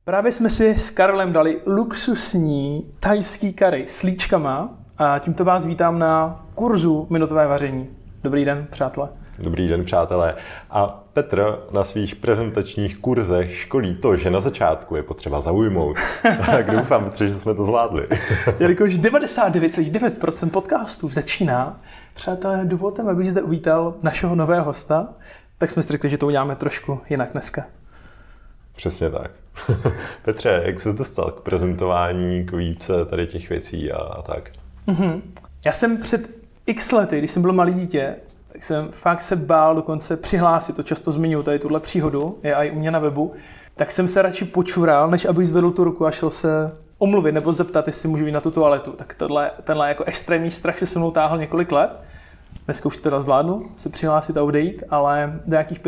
Právě jsme si s Karlem dali luxusní thajský curry s líčkama a tímto vás vítám na kurzu Minutové vaření. Dobrý den, přátelé. Dobrý den, přátelé. A Petr na svých prezentačních kurzech školí to, že na začátku je potřeba zaujmout. Tak doufám, Petře, že jsme to zvládli. Jelikož 99,9% podcastů začíná, přátelé, dovolte mi, abych zde uvítal našeho nového hosta, tak jsme si řekli, že to uděláme trošku jinak dneska. Přesně tak. Petře, jak jsi dostal k prezentování, k výuce tady těch věcí a tak? Já jsem před x lety, když jsem byl malý dítě, tak jsem fakt se bál dokonce přihlásit, to často zmiňuji, tady tuhle příhodu, je i u mě na webu, tak jsem se radši počural, než abych zvedl tu ruku a šel se omluvit nebo zeptat, jestli můžu jít na tu toaletu. Tak tenhle jako extrémní strach se mnou táhl několik let. Dneska už teda zvládnu se přihlásit a odejít, ale do nějakých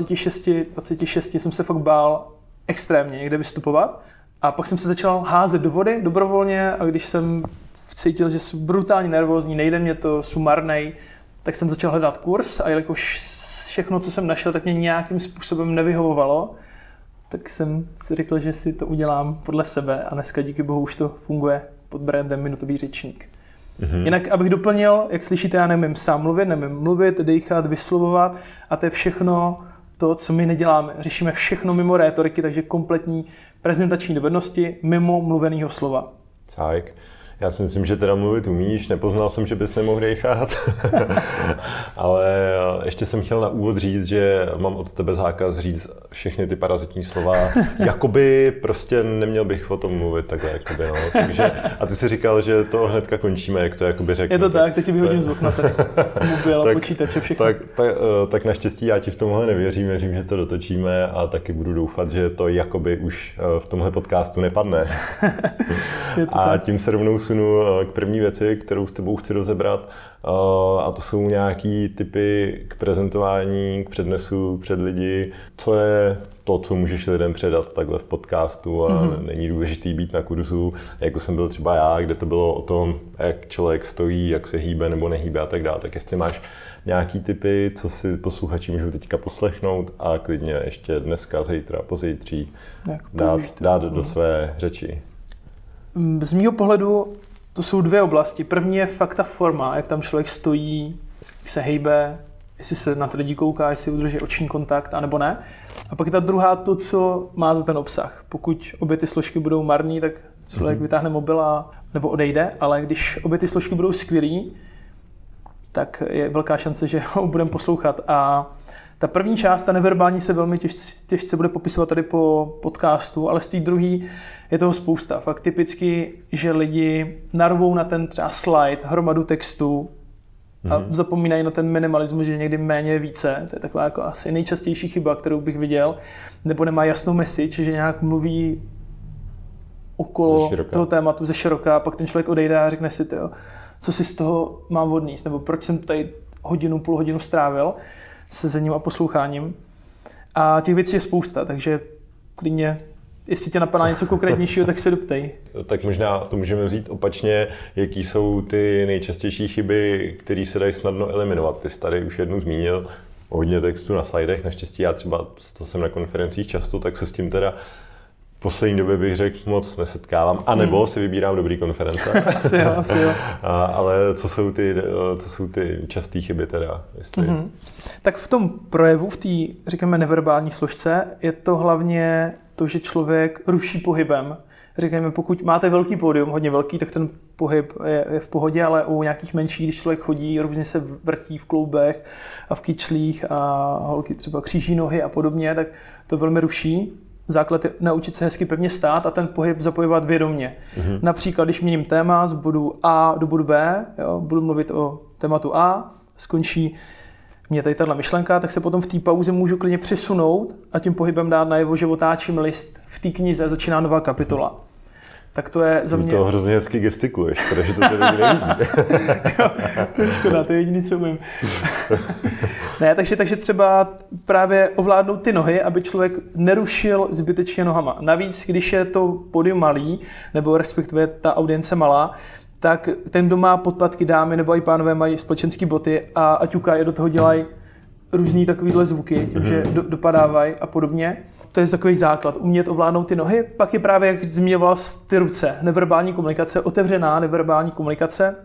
26 jsem se fakt bál extrémně někde vystupovat. A pak jsem se začal házet do vody dobrovolně a když jsem cítil, že jsem brutálně nervózní, nejde mě to, jsem marnej, tak jsem začal hledat kurz a jelikož všechno, co jsem našel, tak mě nějakým způsobem nevyhovovalo, tak jsem si řekl, že si to udělám podle sebe a dneska díky bohu už to funguje pod brandem Minutový řečník. Jinak, abych doplnil, jak slyšíte, já nemím sám mluvit, dýchat, vyslovovat a to je všechno to, co my neděláme. Řešíme všechno mimo rétoriky, takže kompletní prezentační dovednosti mimo mluveného slova. Tak. Já si myslím, že teda mluvit umíš, nepoznal jsem, že bys nemohl dýchat, ale ještě jsem chtěl na úvod říct, že mám od tebe zákaz říct všechny ty parazitní slova, jakoby prostě neměl bych o tom mluvit takhle, jakoby, no. Takže, a ty si říkal, že to hnedka končíme, jak to jakoby řeknu. Je to tak, teď ti vyhodím z okna tady, mobil a počítače, všechno. Tak naštěstí já ti v tomhle nevěřím, věřím, že to dotočíme a taky budu doufat, že to jakoby už v tomhle podcastu nepadne. A tím se rovnou sunu k první věci, kterou s tebou chci rozebrat, a to jsou nějaký typy k prezentování, k přednesu před lidi. Co je to, co můžeš lidem předat takhle v podcastu a není důležitý být na kurzu, jako jsem byl třeba já, kde to bylo o tom, jak člověk stojí, jak se hýbe nebo nehýbe a tak dále. Tak jestli máš nějaký typy, co si posluchači můžou teďka poslechnout a klidně ještě dneska, zítra, pozítří dát do své řeči. Z mýho pohledu to jsou dvě oblasti. První je fakt ta forma, jak tam člověk stojí, jak se hejbe, jestli se na ty lidi kouká, jestli udrží oční kontakt, anebo ne. A pak je ta druhá to, co má za ten obsah. Pokud obě ty složky budou marný, tak člověk vytáhne mobil nebo odejde, ale když obě ty složky budou skvělý, tak je velká šance, že ho budeme poslouchat. A ta první část, ta neverbální, se velmi těžce bude popisovat tady po podcastu, ale z té druhé je toho spousta. Fakt typicky, že lidi narvou na ten třeba slide hromadu textu a zapomínají na ten minimalismus, že někdy méně je více. To je taková jako asi nejčastější chyba, kterou bych viděl. Nebo nemá jasnou message, že nějak mluví okolo toho tématu ze široka a pak ten člověk odejde a řekne si, tyjo, co si z toho mám odníst, nebo proč jsem tady půl hodinu strávil sezením a posloucháním. A těch věcí je spousta, takže klidně, jestli tě napadá něco konkrétnějšího, tak se doptej. Tak možná to můžeme vzít opačně, jaký jsou ty nejčastější chyby, které se dají snadno eliminovat. Ty jsi tady už jednou zmínil hodně textu na slidech, naštěstí já třeba, to jsem na konferencích často, tak se s tím teda v poslední době bych řekl, moc nesetkávám, anebo si vybírám dobrý konference. asi jo. Ale co jsou ty časté chyby teda? Tak v tom projevu, v té, řekněme, neverbální složce, je to hlavně to, že člověk ruší pohybem. Řekněme, pokud máte velký pódium, hodně velký, tak ten pohyb je v pohodě, ale u nějakých menších, když člověk chodí, různě se vrtí v kloubech a v kyčlích a holky třeba kříží nohy a podobně, tak to velmi ruší. Základ je naučit se hezky pevně stát a ten pohyb zapojovat vědomě. Například, když měním téma z bodu A do bodu B, budu mluvit o tématu A, skončí mě tady tato myšlenka, tak se potom v té pauze můžu klidně přesunout a tím pohybem dát najevo, že otáčím list v té knize, začíná nová kapitola. Tak to je za mě... To hrozně hezky gestikuluješ, protože to tady lidi nevidí. Jo, to je škoda, to je jediný, co umím. Ne, takže třeba právě ovládnout ty nohy, aby člověk nerušil zbytečně nohama. Navíc, když je to pódium malý, nebo respektive ta audience malá, tak ten, kdo má podpatky, dámy nebo i pánové mají společenské boty a ťukají, do toho dělají různý takovýhle zvuky, tím, že dopadávají a podobně. To je takový základ, umět ovládnout ty nohy. Pak je právě, jak zmiňoval, ty ruce, neverbální komunikace, otevřená neverbální komunikace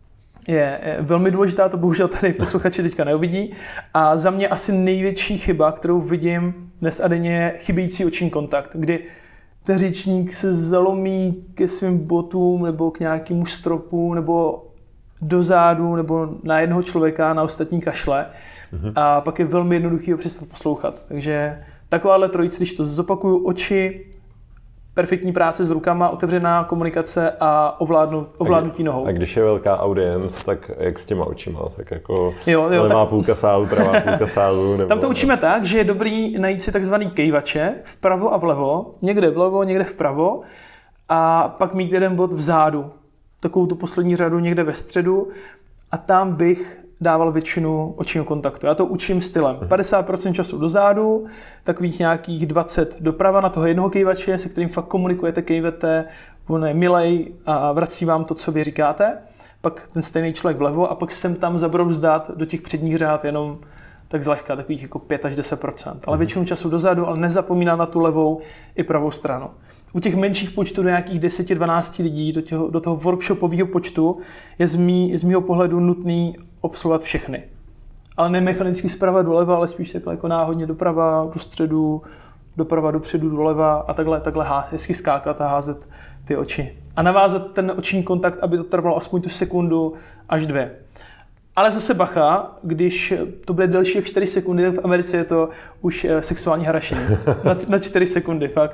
je velmi důležitá, to bohužel tady posluchači teďka neuvidí. A za mě asi největší chyba, kterou vidím dnes a denně, je chybějící oční kontakt, kdy ten řečník se zalomí ke svým botům nebo k nějakému stropu nebo do zádu nebo na jednoho člověka, na ostatní kašle. A pak je velmi jednoduchý ho přestat poslouchat. Takže takováhle trojice, když to zopakuju, oči, perfektní práce s rukama, otevřená komunikace a ovládnutí nohou. A když je velká audience, tak jak s těma očima? Tak jako levá půlka sálu, pravá půlka sálu? Nebo... Tam to učíme tak, že je dobrý najít si takzvaný kejvače vpravo a vlevo, někde vlevo, někde vpravo a pak mít jeden bod vzadu. Takovou tu poslední řadu někde ve středu a tam bych dával většinu očního kontaktu. Já to učím stylem. 50% času dozadu, takových nějakých 20 doprava na toho jednoho kejvače, se kterým fakt komunikujete, kejvete, on je milej a vrací vám to, co vy říkáte. Pak ten stejný člověk vlevo a pak jsem tam zabrouzdat do těch předních řád jenom tak zlehka, takových jako 5 až 10%. Ale většinu času dozadu, ale nezapomínat na tu levou i pravou stranu. U těch menších počtů do nějakých 10-12 lidí, do toho workshopového počtu je z mýho pohledu nutný obsluhovat všechny. Ale ne mechanicky zprava doleva, ale spíš takhle jako náhodně doprava, do středu, doprava, dopředu, doleva a takhle hezky skákat a házet ty oči. A navázat ten oční kontakt, aby to trvalo aspoň tu sekundu až 2. Ale zase bacha, když to bude delší jak 4 sekundy, tak v Americe je to už sexuální harašení. Na 4 sekundy, fakt.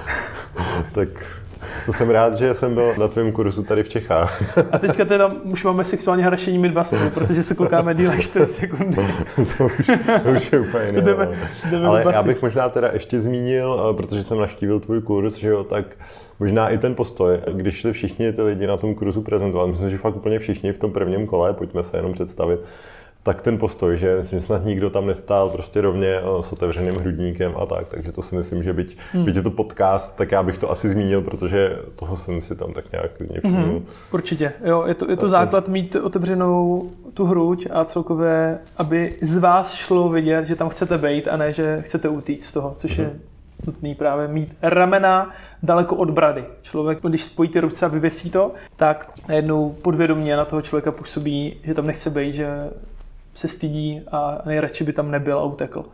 Tak to jsem rád, že jsem byl na tvém kurzu tady v Čechách. A teďka teda už máme sexuální harašení my dva spolu, protože se koukáme díl 4 sekundy. to už je úplně jiné. Jdeme ale já bych možná teda ještě zmínil, protože jsem navštívil tvůj kurz, že jo, tak možná i ten postoj, když šli všichni ty lidi na tom kurzu prezentovat, myslím, že fakt úplně všichni v tom prvním kole, pojďme se jenom představit, tak ten postoj, že myslím, že snad nikdo tam nestál prostě rovně s otevřeným hrudníkem a tak, takže to si myslím, že byť je to podcast, tak já bych to asi zmínil, protože toho jsem si tam tak nějak nevšiml. Určitě, jo, je to základ mít otevřenou tu hruď a celkově, aby z vás šlo vidět, že tam chcete být a ne, že chcete utíct z toho, což je nutný právě mít ramena daleko od brady. Člověk, když spojí ty ruce a vyvěsí to, tak najednou podvědomě na toho člověka působí, že tam nechce být, že se stydí a nejradši by tam nebyl a utekl.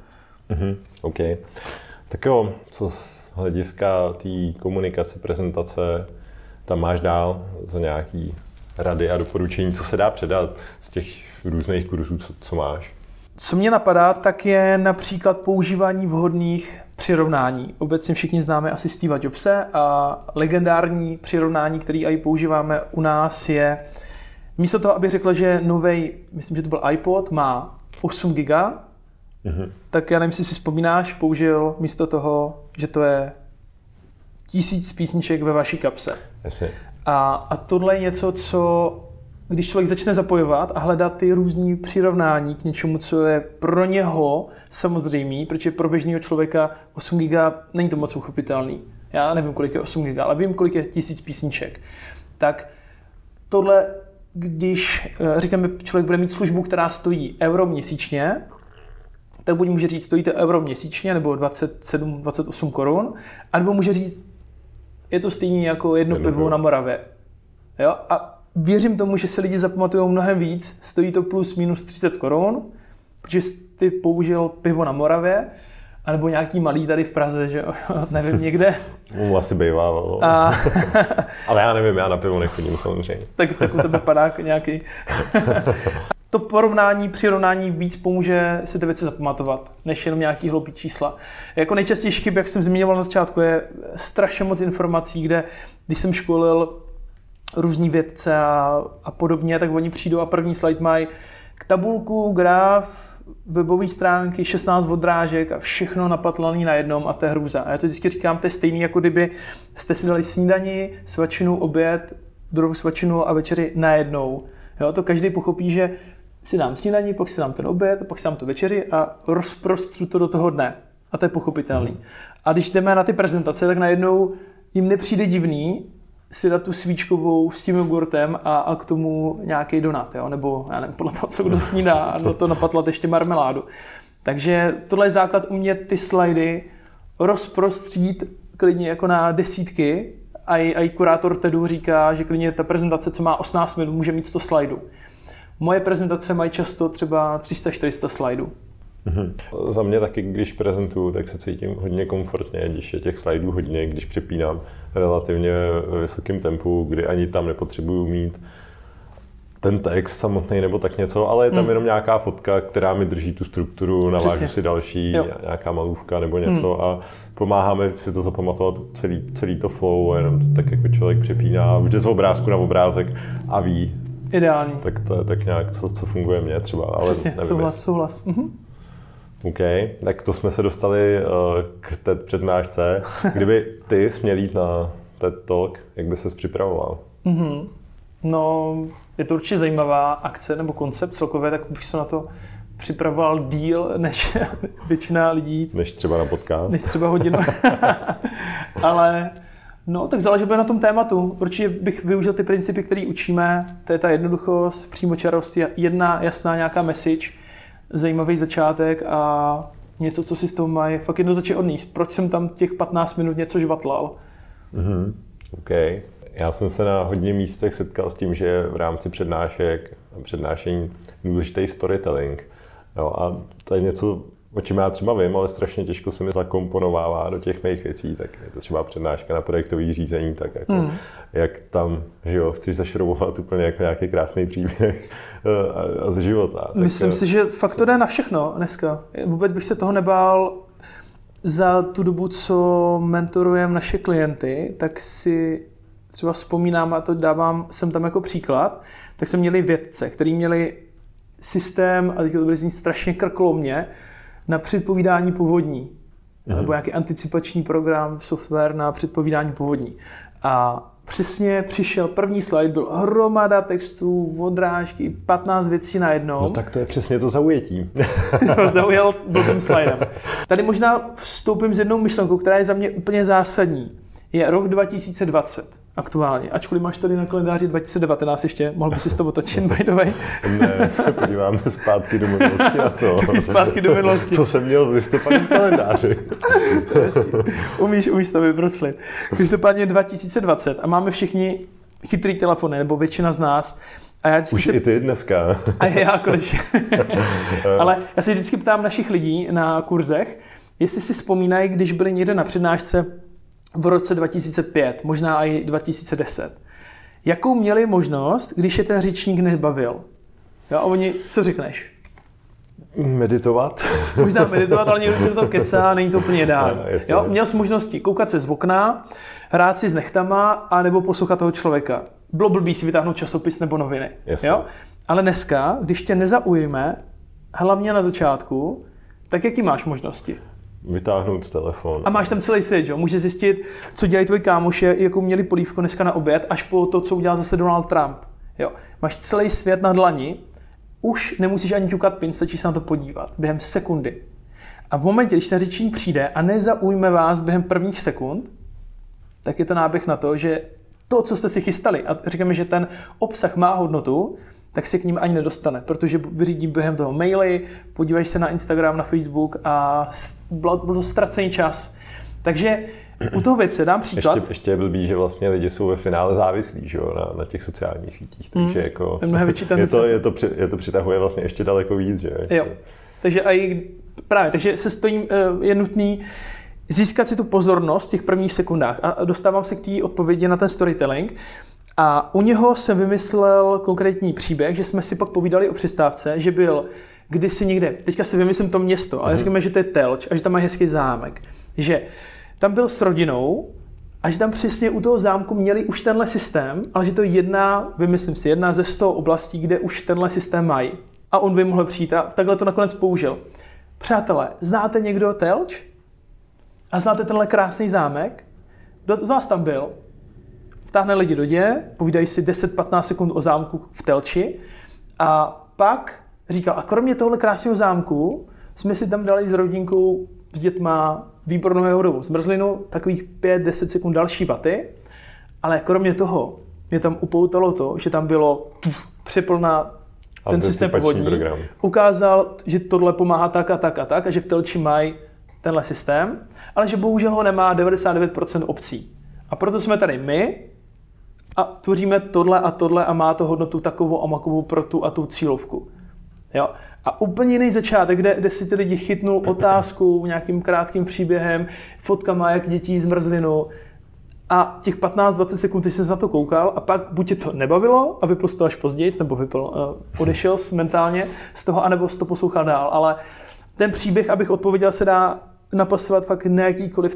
OK. Tak jo, co z hlediska té komunikace, prezentace, tam máš dál za nějaký rady a doporučení, co se dá předat z těch různých kurzů, co máš? Co mě napadá, tak je například používání vhodných přirovnání. Obecně všichni známe asi Steva Jobse a legendární přirovnání, který i používáme u nás, je místo toho, aby řekl, že novej, myslím, že to byl iPod, má 8 giga, tak já nevím, jestli si vzpomínáš, použil místo toho, že to je 1000 písniček ve vaší kapse. Jasně. A tohle je něco, co když člověk začne zapojovat a hledat ty různý přirovnání k něčemu, co je pro něho samozřejmý, protože pro běžného člověka 8 giga není to moc uchopitelný. Já nevím, kolik je 8 giga, ale vím, kolik je 1000 písniček. Tak tohle, když říkáme, člověk bude mít službu, která stojí euro měsíčně, tak buď může říct, stojí to euro měsíčně, nebo 27, 28 korun, anebo může říct, je to stejný jako jedno pivo na Moravě. Jo? A věřím tomu, že se lidi zapamatují mnohem víc, stojí to plus minus 30 korun, protože ty použil pivo na Moravě, anebo nějaký malý tady v Praze, že nevím, někde. Asi bývá, ale já nevím, já na pivo nechodím samozřejmě. tak u tebe padá nějaký. To porovnání, přirovnání víc pomůže si ty věci zapamatovat, než jenom nějaký hloupý čísla. Jako nejčastější chyb, jak jsem zmiňoval na začátku, je strašně moc informací, kde když jsem školil různí vědce a podobně, tak oni přijdou a první slide mají k tabulku, graf, webové stránky, 16 odrážek a všechno napatlané na jednom a to je hrůza. A já to vždycky říkám, to je stejný, jako kdyby jste si dali snídani, svačinu, oběd, druhou svačinu a večeři najednou. Jo, to každý pochopí, že si dám snídani, pak si dám ten oběd, pak si dám tu večeři a rozprostřu to do toho dne. A to je pochopitelný. A když jdeme na ty prezentace, tak najednou jim nepřijde divný si dát tu svíčkovou s tím jogurtem a k tomu nějaký donut, jo? Nebo já nevím, podle toho, co kdo snídá, a do toho napatlat ještě marmeládu. Takže tohle je základ umět ty slidy rozprostřít klidně jako na desítky a i kurátor TEDu říká, že klidně ta prezentace, co má 18 minut, může mít 100 slajdů. Moje prezentace mají často třeba 300-400 slajdů. Za mě taky, když prezentuju, tak se cítím hodně komfortně, když je těch slajdů hodně, když přepínám relativně ve vysokém tempu, kdy ani tam nepotřebuju mít ten text samotný nebo tak něco, ale je tam jenom nějaká fotka, která mi drží tu strukturu, navážu si další, nějaká malůvka nebo něco a pomáháme si to zapamatovat celý to flow, jenom to tak jako člověk přepíná, už jde z obrázku na obrázek a ví. Ideální. Tak to je tak nějak, co funguje mně třeba, ale přesně, nevím. souhlas. OK, tak to jsme se dostali k té přednášce. Kdyby ty směl jít na TED Talk, jak by ses připravoval? No, je to určitě zajímavá akce nebo koncept celkově, tak bych se na to připravoval díl, než většina lidí. Než třeba na podcast. Než třeba hodinu. Ale no, tak záleží na tom tématu. Určitě bych využil ty principy, které učíme. To je ta jednoduchost, přímočarost, jedna jasná nějaká message, zajímavý začátek a něco, co si z toho mají fakt jednoznačně odníst. Proč jsem tam těch 15 minut něco žvatlal? OK. Já jsem se na hodně místech setkal s tím, že v rámci přednášení důležitý storytelling. No a to je něco, o čem já třeba vím, ale strašně těžko se mi zakomponovává do těch mých věcí, tak je to třeba přednáška na projektové řízení, tak jako jak tam, že jo, chceš zašroubovat úplně jako nějaký krásný příběh a ze života. Myslím si, že fakt to jde na všechno dneska. Vůbec bych se toho nebál. Za tu dobu, co mentorujeme naše klienty, tak si třeba vzpomínám, a to dávám sem tam jako příklad, tak jsme měli vědce, kteří měli systém, a teď to bude znít strašně krkolomně, na předpovídání povodní. Nebo nějaký anticipační program, software na předpovídání povodní. A přesně přišel první slide, byl hromada textů, odrážky, 15 věcí najednou. No tak to je přesně to zaujetí. Zaujal blbým slidem. Tady možná vstoupím s jednou myšlenkou, která je za mě úplně zásadní. Je rok 2020 aktuálně, ačkoliv máš tady na kalendáři 2019 ještě, mohl by si to otočit, by the way. Ne, se podíváme zpátky do minulosti na to. Taky zpátky do minulosti. Co jsem měl v listopadu v kalendáři. Umíš to vybruslit. Každopádně 2020 a máme všichni chytrý telefony, nebo většina z nás. A já už i ty dneska. A já konečně. Ale já se vždycky ptám našich lidí na kurzech, jestli si vzpomínají, když byli někde na přednášce v roce 2005, možná i 2010. Jakou měli možnost, když je ten řečník nebavil? Jo, a oni, co řekneš? Meditovat. Možná meditovat, ale někdo to kecá, není to úplně ideální. Jo, měl jsi možnosti koukat se z okna, hrát si s nechtama, anebo poslouchat toho člověka. Bylo blbý si vytáhnout časopis nebo noviny. Jo? Ale dneska, když tě nezaujme, hlavně na začátku, tak jaký máš možnosti? Vytáhnout telefon. A máš tam celý svět, jo? Můžeš zjistit, co dělají tvoji kámoše, jakou měli polívku dneska na oběd, až po to, co udělal zase Donald Trump. Jo? Máš celý svět na dlani, už nemusíš ani ťukat pin, stačí se na to podívat během sekundy. A v momentě, když ten řečník přijde a nezaujme vás během prvních sekund, tak je to náběh na to, že to, co jste si chystali, a říkáme, že ten obsah má hodnotu, tak se k ním ani nedostane, protože vyřídí během toho maily, podíváš se na Instagram, na Facebook a byl to ztracený čas. Takže u toho věci dám příklad. Ještě je blbý, že vlastně lidi jsou ve finále závislí, že jo, na těch sociálních sítích, takže jako je to přitahuje vlastně ještě daleko víc, že? Jo. Takže takže se stojím, je nutný získat si tu pozornost v těch prvních sekundách a dostávám se k té odpovědi na ten storytelling. A u něho jsem vymyslel konkrétní příběh, že jsme si pak povídali o přestávce, že byl kdysi někde, teďka si vymyslím to město, ale říkáme, že to je Telč a že tam má hezký zámek. Že tam byl s rodinou a že tam přesně u toho zámku měli už tenhle systém, ale že to je jedna ze 100 oblastí, kde už tenhle systém mají. A on by mohl přijít a takhle to nakonec použil. Přátelé, znáte někdo Telč? A znáte tenhle krásný zámek? Kdo z vás tam byl? Vtáhne lidi do děje, povídají si 10-15 sekund o zámku v Telči a pak říkal, a kromě tohle krásného zámku jsme si tam dali s rodinkou, s dětma výbornou jahodovou zmrzlinu, takových 5-10 sekund další vaty, ale kromě toho mě tam upoutalo to, že tam bylo přeplná ten systém povodní, program. ukázal, že tohle pomáhá tak a tak a tak a že v Telči mají tenhle systém, ale že bohužel ho nemá 99% obcí. A proto jsme tady my a tvoříme tohle a má to hodnotu takovou a makovou pro tu a tu cílovku. Jo? A úplně jiný začátek, kde si ty lidi chytnou otázkou, nějakým krátkým příběhem, fotkama, jak dětí zmrzlinu a těch 15-20 sekund, ty jsi na to koukal a pak buď tě to nebavilo a vypl to až později, nebo odešel mentálně z toho, anebo jsi to poslouchal dál. Ale ten příběh, abych odpověděl, se dá napasovat fakt na jakýkoliv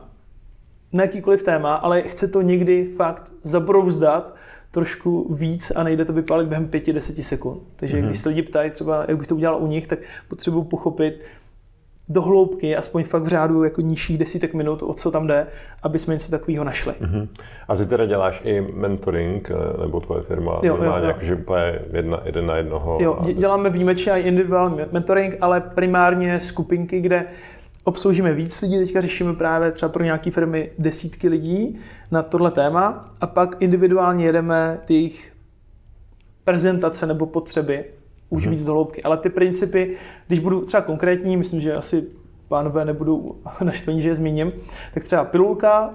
téma, ale chce to někdy fakt zabrouzdat trošku víc a nejde to vypálit během 5-10 sekund. Takže když se lidi ptají třeba, jak bych to udělal u nich, tak potřebuji pochopit do hloubky, aspoň fakt v řádu jako nižších desítek minut, o co tam jde, aby jsme něco takového našli. A ty teda děláš i mentoring, nebo tvoje firma normálně, jakože úplně jeden na jednoho? Jo, děláme výjimečně i individuální mentoring, ale primárně skupinky, kde obsloužíme víc lidí, teďka řešíme právě třeba pro nějaké firmy desítky lidí na tohle téma a pak individuálně jedeme ty jejich prezentace nebo potřeby už víc do hloubky. Ale ty principy, když budu třeba konkrétní, myslím, že asi pánové nebudou naštvaní, že je zmíním, tak třeba pilulka,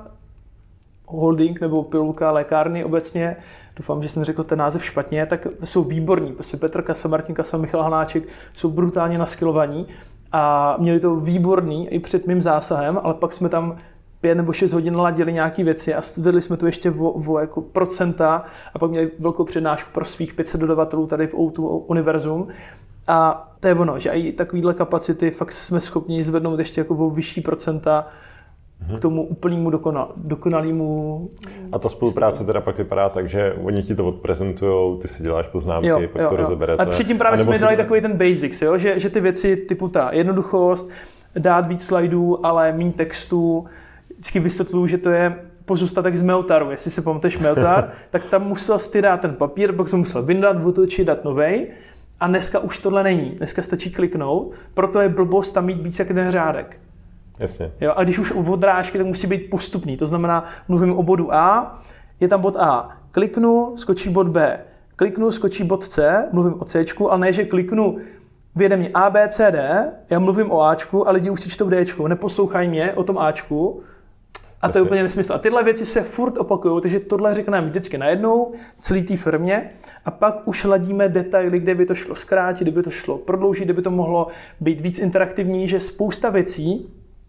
holding nebo pilulka lékárny obecně, doufám, že jsem řekl ten název špatně, tak jsou výborní. Prostě Petr Kasa, Martin Kasa, Michal Hanáček jsou brutálně naskilovaní a měli to výborný i před mým zásahem, ale pak jsme tam 5 nebo 6 hodin ladili nějaké věci a vedli jsme to ještě o jako procenta a pak měli velkou přednášku pro svých 500 dodavatelů tady v O2 Univerzum. A to je ono, že i takovýhle kapacity fakt jsme schopni zvednout ještě jako o vyšší procenta k tomu úplnému dokonalému. A ta spolupráce teda pak vypadá tak, že oni ti to odprezentujou, ty si děláš poznámky, pak to rozeberete. A předtím právě jsme dali takový ten basics, jo? Že ty věci typu ta jednoduchost, dát víc slajdů, ale méně textu, vždycky vysvětluju, že to je pozůstatek z Meltaru. Jestli si pamatuješ Meltar, tak tam musel ty dát ten papír, pak jsem musel vyndat, otočit, dát novej. A dneska už tohle není. Dneska stačí kliknout, proto je blbost tam mít víc jak jeden řádek. Jasně. Jo, a když už odrážky, tak musí být postupný. To znamená, mluvím o bodu A, je tam bod A. Kliknu, skočí bod B. Kliknu, skočí bod C, mluvím o Cčku, ale ne, že kliknu, vyjede mě A, B, C, D, já mluvím o Ačku a lidi už si čtou Dčku. Neposlouchají mě o tom Ačku. A to je úplně nesmysl. A tyhle věci se furt opakují, takže tohle řekneme vždycky najednou, celý té firmě, a pak už ladíme detaily, kde by to šlo zkrátit, kde by to šlo prodloužit, kde by to mohlo být víc interaktivní, že spousta věcí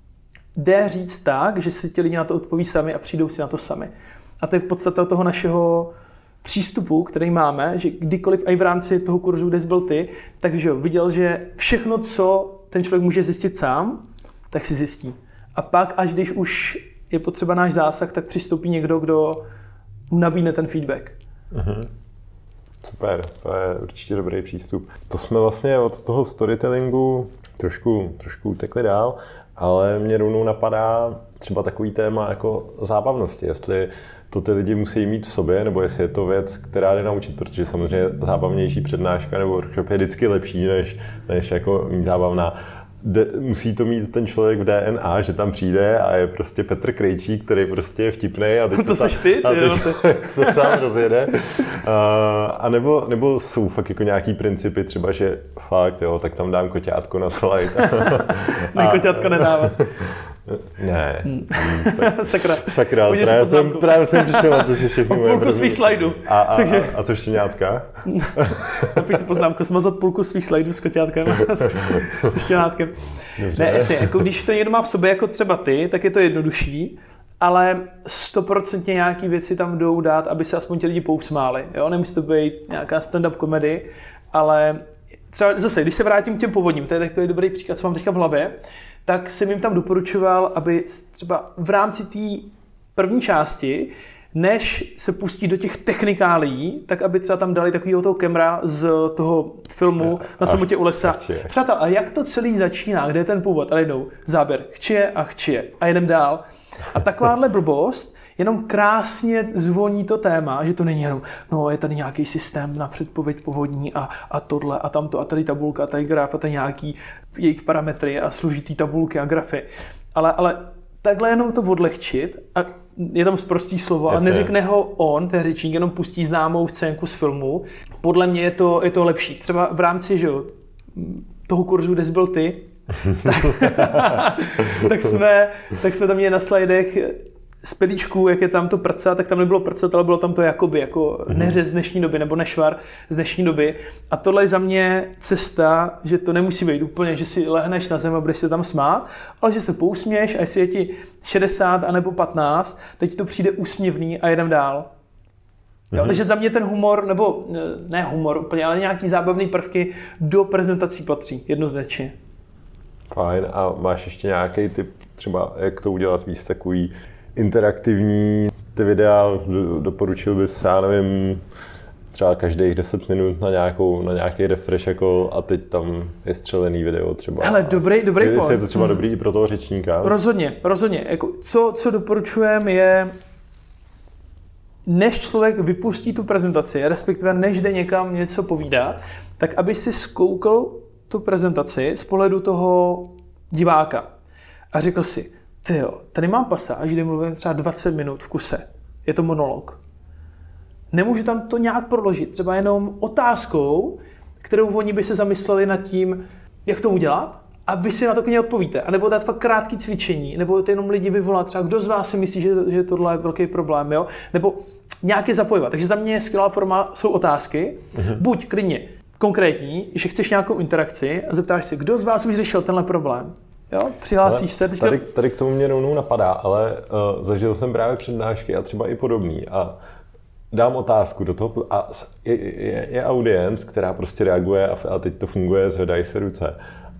jde říct tak, že si ti lidi na to odpoví sami a přijdou si na to sami. A to je podstata toho našeho přístupu, který máme, že kdykoliv i v rámci toho kurzu, kde jsi byl ty, takže viděl, že všechno, co ten člověk může zjistit sám, tak si zjistí. A pak, až když už je potřeba náš zásah, tak přistoupí někdo, kdo mu nabídne ten feedback. Super, to je určitě dobrý přístup. To jsme vlastně od toho storytellingu trošku utekli dál, ale mě rovnou napadá třeba takový téma jako zábavnosti, jestli to ty lidi musí mít v sobě, nebo jestli je to věc, která jde naučit, protože samozřejmě zábavnější přednáška nebo workshop je vždycky lepší, než jako mít zábavná. Musí to mít ten člověk v DNA, že tam přijde a je prostě Petr Krejčík, který prostě je vtipnej a teď to seš ty, to tam rozjede. A nebo jsou fakt jako nějaký principy, třeba, že fakt, jo, tak tam dám koťátko na slide. Ne, koťátko nedává. Ne. Sakra. Právě jsem přišel na to, že všechno moje půlku svých slajdů. A to štěňátka? Napiš si poznámku, smazat půlku svých slajdů s koťátkem, se štěňátkem. Ne, jestli, jako když to někdo má v sobě, jako třeba ty, tak je to jednodušší, ale 100% nějaký věci tam jdou dát, aby se aspoň ti lidi pousmáli. Jo? Nemusí to být nějaká stand-up komedy, ale třeba zase, když se vrátím k těm povodním, to je takový dobrý příklad, co mám teďka v hlavě, tak jsem jim tam doporučoval, aby třeba v rámci té první části, než se pustí do těch technikálií, tak aby třeba tam dali takového toho kamera z toho filmu Na samotě u lesa. Přátel, a jak to celý začíná? Kde je ten původ? A jednou záběr. Chčije. A jedem dál. A takováhle blbost jenom krásně zvoní to téma, že to není jenom, no je tady nějaký systém na předpověď povodní a tohle a tamto a tady tabulka a tady graf a tady nějaký jejich parametry a složitý tabulky a grafy. Ale takhle jenom to odlehčit a je tam sprostý slovo, ale neřekne ho on, ten řečník, jenom pustí známou scénku z filmu. Podle mě je to lepší. Třeba v rámci, že jo, toho kurzu, kde jsi byl ty, tak jsme tam měli na slidech z pelíčku, jak je tam to prca, tak tam nebylo prcat, ale bylo tam to jakoby, jako neřez z dnešní doby, nebo nešvar z dnešní doby. A tohle je za mě cesta, že to nemusí být úplně, že si lehneš na zem a budeš se tam smát, ale že se pousměješ a jestli je ti 60 anebo 15, teď to přijde úsměvný a jedem dál. Jo, takže za mě ten humor, nebo ne humor úplně, ale nějaký zábavný prvky do prezentací patří, jednoznačně. Fajn, a máš ještě nějaký tip třeba, jak to udělat víc takový interaktivní ty videa, doporučil bys, já nevím, třeba každých 10 minut na nějaký refresh, jako, a teď tam je střelený video třeba. Hele, dobrý point. Je to třeba dobrý i pro toho řečníka? Rozhodně. Jako, co doporučujeme je, než člověk vypustí tu prezentaci, respektive než jde někam něco povídat, tak aby si zkoukl tu prezentaci z pohledu toho diváka a řekl si, tyjo, tady mám pasáž, kde mluvím třeba 20 minut v kuse. Je to monolog. Nemůžu tam to nějak proložit, třeba jenom otázkou, kterou oni by se zamysleli nad tím, jak to udělat, a vy si na to klidně odpovíte. A nebo dát fakt krátký cvičení, nebo to jenom lidi vyvolat, třeba kdo z vás si myslí, že tohle je velký problém, jo? Nebo nějaké zapojovat. Takže za mě skvělá forma jsou otázky, buď klidně konkrétní, že chceš nějakou interakci a zeptáš se, kdo z vás už řešil tenhle problém. Jo? Přihlásíš se. Tady k tomu mě rovnou napadá, ale zažil jsem právě přednášky a třeba i podobný a dám otázku do toho a je audience, která prostě reaguje a teď to funguje, zvedají se ruce.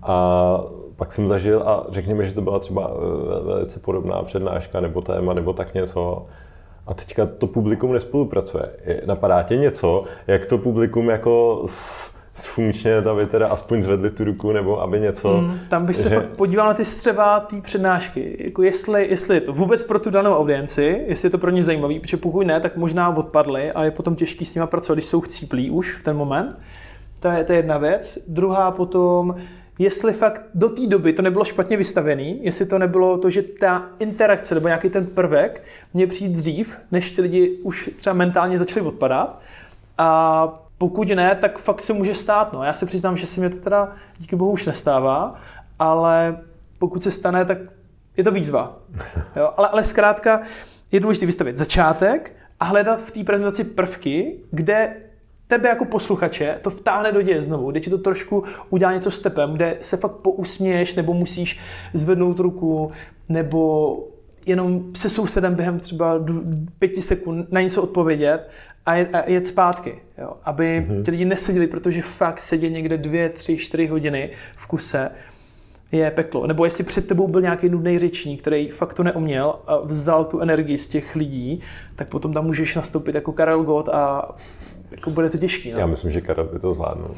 A pak jsem zažil a řekněme, že to byla třeba velice podobná přednáška nebo téma nebo tak něco. A teďka to publikum nespolupracuje. Napadá tě něco, jak to publikum jako sfunkčně, aby teda aspoň zvedli tu ruku, nebo aby něco... Tam bych se fakt podíval na ty střeva té přednášky. Jako jestli je to vůbec pro tu danou audienci, jestli je to pro ně zajímavý, protože pokud ne, tak možná odpadli a je potom těžký s nima pracovat, když jsou chcíplí už v ten moment. To je jedna věc. Druhá potom, jestli fakt do té doby to nebylo špatně vystavený, jestli to nebylo to, že ta interakce nebo nějaký ten prvek mě přijít dřív, než ti lidi už třeba mentálně začali odpadat. A pokud ne, tak fakt se může stát. No. Já se přiznám, že se mi to teda díky bohu už nestává, ale pokud se stane, tak je to výzva. Jo? Ale zkrátka je důležité vystavit začátek a hledat v té prezentaci prvky, kde tebe jako posluchače to vtáhne do děje znovu, kde ti to trošku udělá něco s tepem, kde se fakt pousměješ, nebo musíš zvednout ruku, nebo jenom se sousedem během třeba 5 sekund na něco odpovědět a jet zpátky. Jo? Aby ti lidi neseděli, protože fakt sedět někde 2, 3, 4 hodiny v kuse je peklo. Nebo jestli před tebou byl nějaký nudný řečník, který fakt to neuměl a vzal tu energii z těch lidí, tak potom tam můžeš nastoupit jako Karel Gott a jako bude to těžký. No? Já myslím, že Karel by to zvládnul.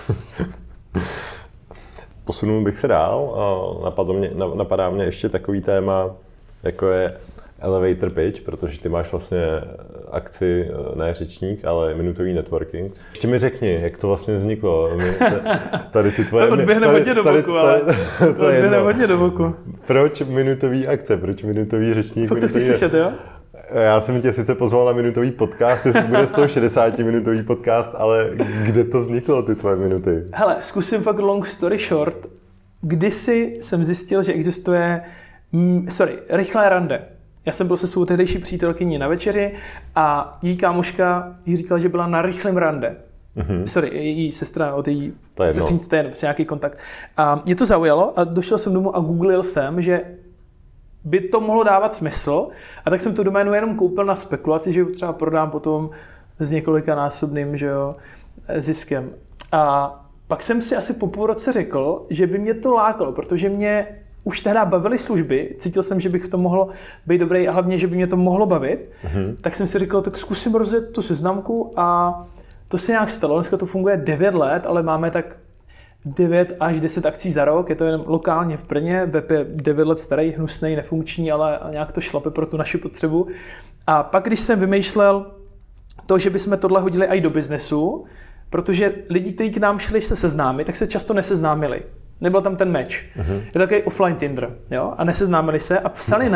Posunul bych se dál a napadá mě ještě takový téma, jako je elevator pitch, protože ty máš vlastně akci, ne řečník, ale minutový networking. Ještě mi řekni, jak to vlastně vzniklo. Tady ty tvoje... To odběhne hodně do boku, ale to odběhne hodně do boku. Proč minutový akce? Proč minutový řečník? Fakt to chceš slyšet, jo? Já jsem tě sice pozval na minutový podcast, jestli bude 160-minutový podcast, ale kde to vzniklo, ty tvoje minuty? Hele, zkusím fakt long story short. Kdysi jsem zjistil, že existuje rychlé rande. Já jsem byl se svou tehdejší přítelkyní na večeři a její kámoška jí říkala, že byla na rychlém rande. Její sestra od její sestřenice, to je nějaký kontakt. A mě to zaujalo a došel jsem domů a googlil jsem, že by to mohlo dávat smysl, a tak jsem tu doménu jenom koupil na spekulaci, že třeba prodám potom s několikanásobným, že jo, ziskem. A pak jsem si asi po půl roce řekl, že by mě to lákalo, protože mě už tehdy bavily služby, cítil jsem, že bych to mohl být dobrý a hlavně, že by mě to mohlo bavit, tak jsem si řekl, tak zkusím rozjet tu seznamku a to se nějak stalo. Dneska to funguje 9 let, ale máme tak 9 až 10 akcí za rok, je to jen lokálně v Brně, web je 9 let starý, hnusný, nefunkční, ale nějak to šlape pro tu naši potřebu. A pak, když jsem vymýšlel to, že bychom tohle hodili i do biznesu, protože lidi, kteří k nám šli se seznámit, tak se často neseznámili. Nebyl tam ten match. Je to takový offline Tinder, jo? A neseznámili se a psali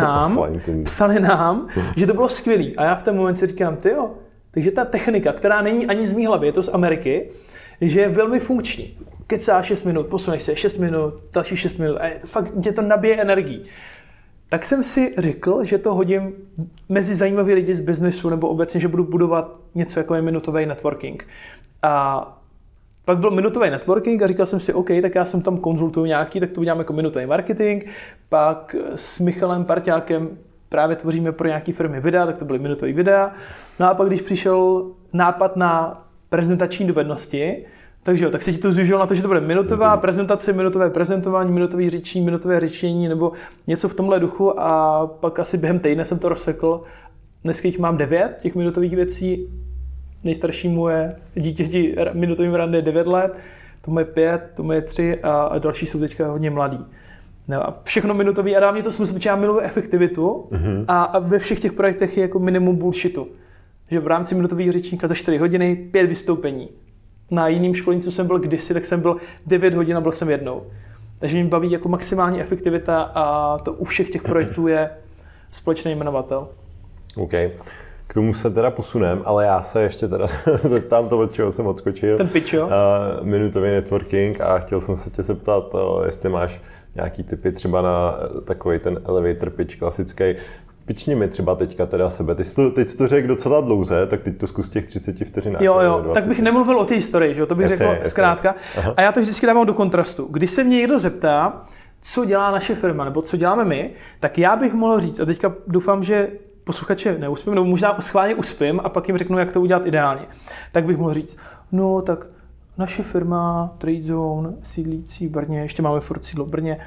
nám, že to bylo skvělý. A já v ten moment si říkám, tyjo, takže ta technika, která není ani z mý hlavy, je to z Ameriky, že je velmi funkční. Kecá 6 minut, posuneš se 6 minut, další 6 minut a fakt tě to nabije energií. Tak jsem si řekl, že to hodím mezi zajímavý lidi z biznesu nebo obecně, že budu budovat něco jako je minutový networking. A pak byl minutový networking a říkal jsem si, OK, tak já jsem tam konzultuju nějaký, tak to uděláme jako minutový marketing. Pak s Michalem Parťákem právě tvoříme pro nějaké firmy videa, tak to byly minutový videa. No a pak když přišel nápad na prezentační dovednosti, takže jo, tak se ti to zúžilo na to, že to bude minutová prezentace, minutové prezentování, minutové řečení nebo něco v tomhle duchu a pak asi během týdne jsem to rozsekl. Dneska jich mám 9 těch minutových věcí. Nejstaršímu je dítěti minutovým rande 9 let, tomu je 5, tomu je 3 a další jsou teďka hodně mladí. No a všechno minutový a dá mě to smysl, protože já miluji efektivitu a ve všech těch projektech je jako minimum bullshitu. Že v rámci minutového řečníka za 4 hodiny 5 vystoupení. Na jiným školení, co jsem byl kdysi, tak jsem byl 9 hodin a byl jsem jednou. Takže mě baví jako maximální efektivita a to u všech těch projektů je společný jmenovatel. OK. K tomu se teda posunem, ale já se ještě teda zeptám to, od čeho jsem odskočil. Ten pitch, jo? Minutový networking a chtěl jsem se tě zeptat, jestli máš nějaký tipy třeba na takový ten elevator pitch klasický. Pični mi třeba teďka teda sebe. Teď jsi to řekl docela dlouze, tak teď to zkus těch 30 vteřinách. Jo, tak bych nemluvil o té historii, že? To bych řekl zkrátka. Aha. A já to vždycky dávám do kontrastu. Když se mě někdo zeptá, co dělá naše firma, nebo co děláme my, tak já bych mohl říct, a teďka doufám, že posluchače neuspím, nebo možná schválně uspím a pak jim řeknu, jak to udělat ideálně. Tak bych mohl říct, no tak naše firma Trade Zone, sídlící v Brně, ještě máme furt sídlo v Brně,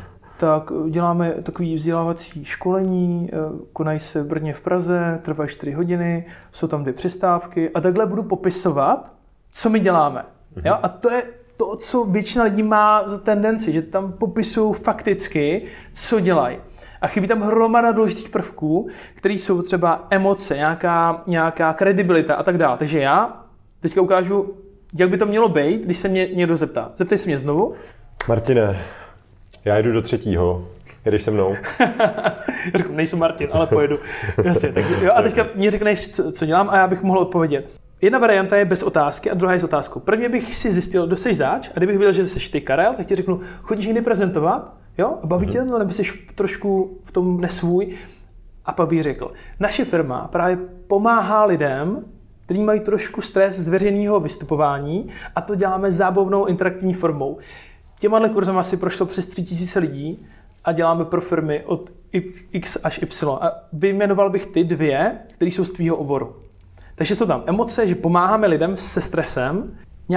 tak děláme takový vzdělávací školení, konají se v Brně, v Praze, trvají 4 hodiny, jsou tam 2 přestávky a takhle budu popisovat, co my děláme. Jo? A to je to, co většina lidí má za tendenci, že tam popisují fakticky, co dělají. A chybí tam hromada důležitých prvků, které jsou třeba emoce, nějaká kredibilita a tak dále. Takže já teďka ukážu, jak by to mělo být, když se mě někdo zeptá. Zeptej se mě znovu. Martine, já jdu do 3. Jedeš se mnou? Nejsem Martin, ale pojedu. Jasně, takže, jo, a teďka mě řekneš, co dělám a já bych mohl odpovědět. Jedna varianta je bez otázky a druhá je s otázkou. Prvně bych si zjistil, kdo jsi zač, a kdybych viděl, že jsi ty Karel, tak ti řeknu, chodíš někdy prezentovat? Jo? A baví tě to, nebo jsi trošku v tom nesvůj? A pak bych řekl, naše firma právě pomáhá lidem, kteří mají trošku stres z veřejného vystupování a to děláme zábavnou interaktivní formou. Těmahle kurzama si prošlo přes 3000 lidí a děláme pro firmy od X až Y. A vyjmenoval bych ty 2, které jsou z tvýho oboru. Takže jsou tam emoce, že pomáháme lidem se stresem,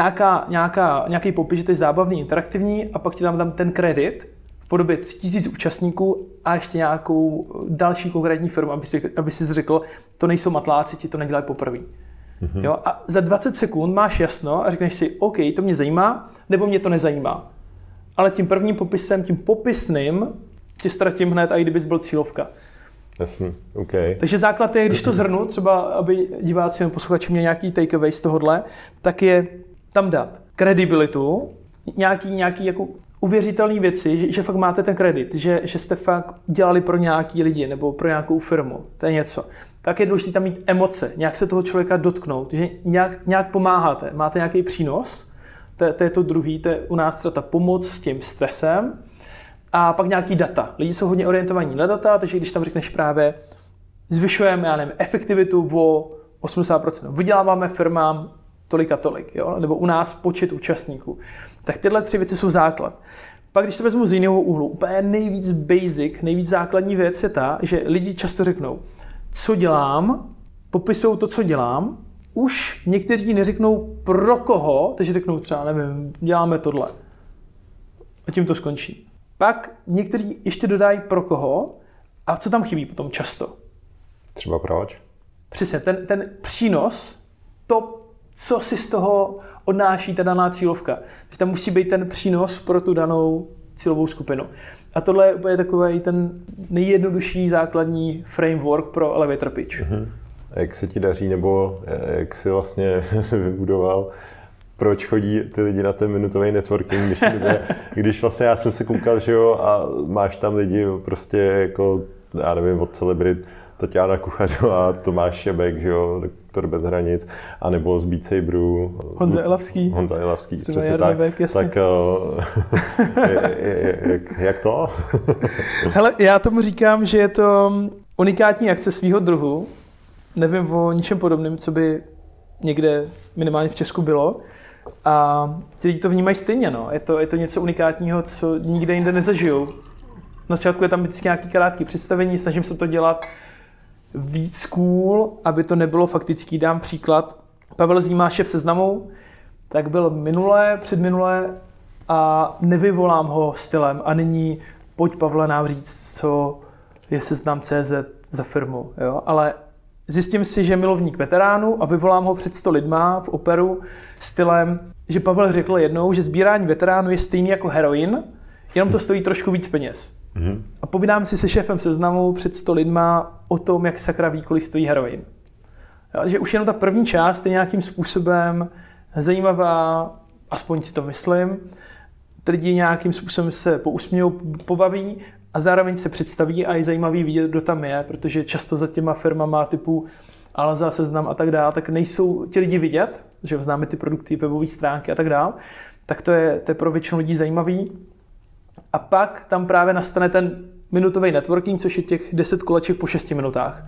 nějaký popis, že to je zábavný, interaktivní a pak ti dám tam ten kredit v podobě 3000 účastníků a ještě nějakou další konkrétní firmu, aby si řekl, to nejsou matláci, ti to nedělají poprvé. Jo? A za 20 sekund máš jasno a řekneš si, OK, to mě zajímá, nebo mě to nezajímá. Ale tím prvním popisem, tím popisným, tě ztratím hned, a i kdybys byl cílovka. Jasně, OK. Takže základ je, když to zhrnu, třeba aby diváci nebo posluchači měli nějaký takeaway z tohohle, tak je tam dát kredibilitu, nějaký jako uvěřitelné věci, že fakt máte ten kredit, že jste fakt dělali pro nějaký lidi nebo pro nějakou firmu, to je něco. Tak je důležité tam mít emoce, nějak se toho člověka dotknout, že nějak pomáháte, máte nějaký přínos, to je to druhý, to je u nás ta pomoc s tím stresem a pak nějaký data. Lidi jsou hodně orientovaní na data, takže když tam řekneš právě zvyšujeme, já nevím, efektivitu o 80%, vyděláváme firmám tolik a tolik, jo? Nebo u nás počet účastníků. Tak tyhle 3 věci jsou základ. Pak když to vezmu z jiného úhlu, úplně nejvíc basic, nejvíc základní věc je ta, že lidi často řeknou, co dělám, popisují to, co dělám, už někteří neřeknou pro koho, takže řeknou třeba, nevím, děláme tohle. A tím to skončí. Pak někteří ještě dodají pro koho a co tam chybí potom často. Třeba proč? Přesně, ten přínos, to, co si z toho odnáší ta daná cílovka. Takže tam musí být ten přínos pro tu danou cílovou skupinu. A tohle je úplně takový ten nejjednodušší základní framework pro elevator pitch. A jak se ti daří, nebo jak jsi vlastně vybudoval proč chodí ty lidi na ten minutový networking v dnešní době, když vlastně já jsem se koukal, že jo, a máš tam lidi prostě jako, já nevím, od celebrit, Tatiana Kuchařová, Tomáš Šebek, že jo, Doktor bez hranic, anebo z Beat Saberu. Honza Ilavský, přesně tak. Tak jak to? Hele, já tomu říkám, že je to unikátní akce svýho druhu. Nevím o ničem podobném, co by někde minimálně v Česku bylo. A ti lidi to vnímají stejně, no. Je to něco unikátního, co nikde jinde nezažijou. Na začátku je tam vždycky nějaký krátký představení, snažím se to dělat víc cool, aby to nebylo faktický. Dám příklad. Pavel Zíma, šéf Seznamu, tak byl předminulé a nevyvolám ho stylem a nyní pojď Pavle nám říct, co je Seznam.cz za firmu. Jo? Ale zjistím si, že je milovník veteránů a vyvolám ho před 100 lidma v operu stylem, že Pavel řekl jednou, že sbírání veteránů je stejný jako heroin, jenom to stojí trošku víc peněz. Mm-hmm. A povídám si se šéfem Seznamu před 100 lidma o tom, jak sakra ví, kolik stojí heroin. Jo, že už jenom ta první část je nějakým způsobem zajímavá, aspoň si to myslím. Ty lidi nějakým způsobem se pousmějou, pobaví a zároveň se představí a je zajímavý vidět, kdo tam je, protože často za těma firmama typu Alza, Seznam a tak dále, tak nejsou ti lidi vidět, že známe ty produkty, webové stránky a tak dále, tak to je pro většinu lidí zajímavý. A pak tam právě nastane ten minutový networking, což je těch 10 koleček po 6 minutách.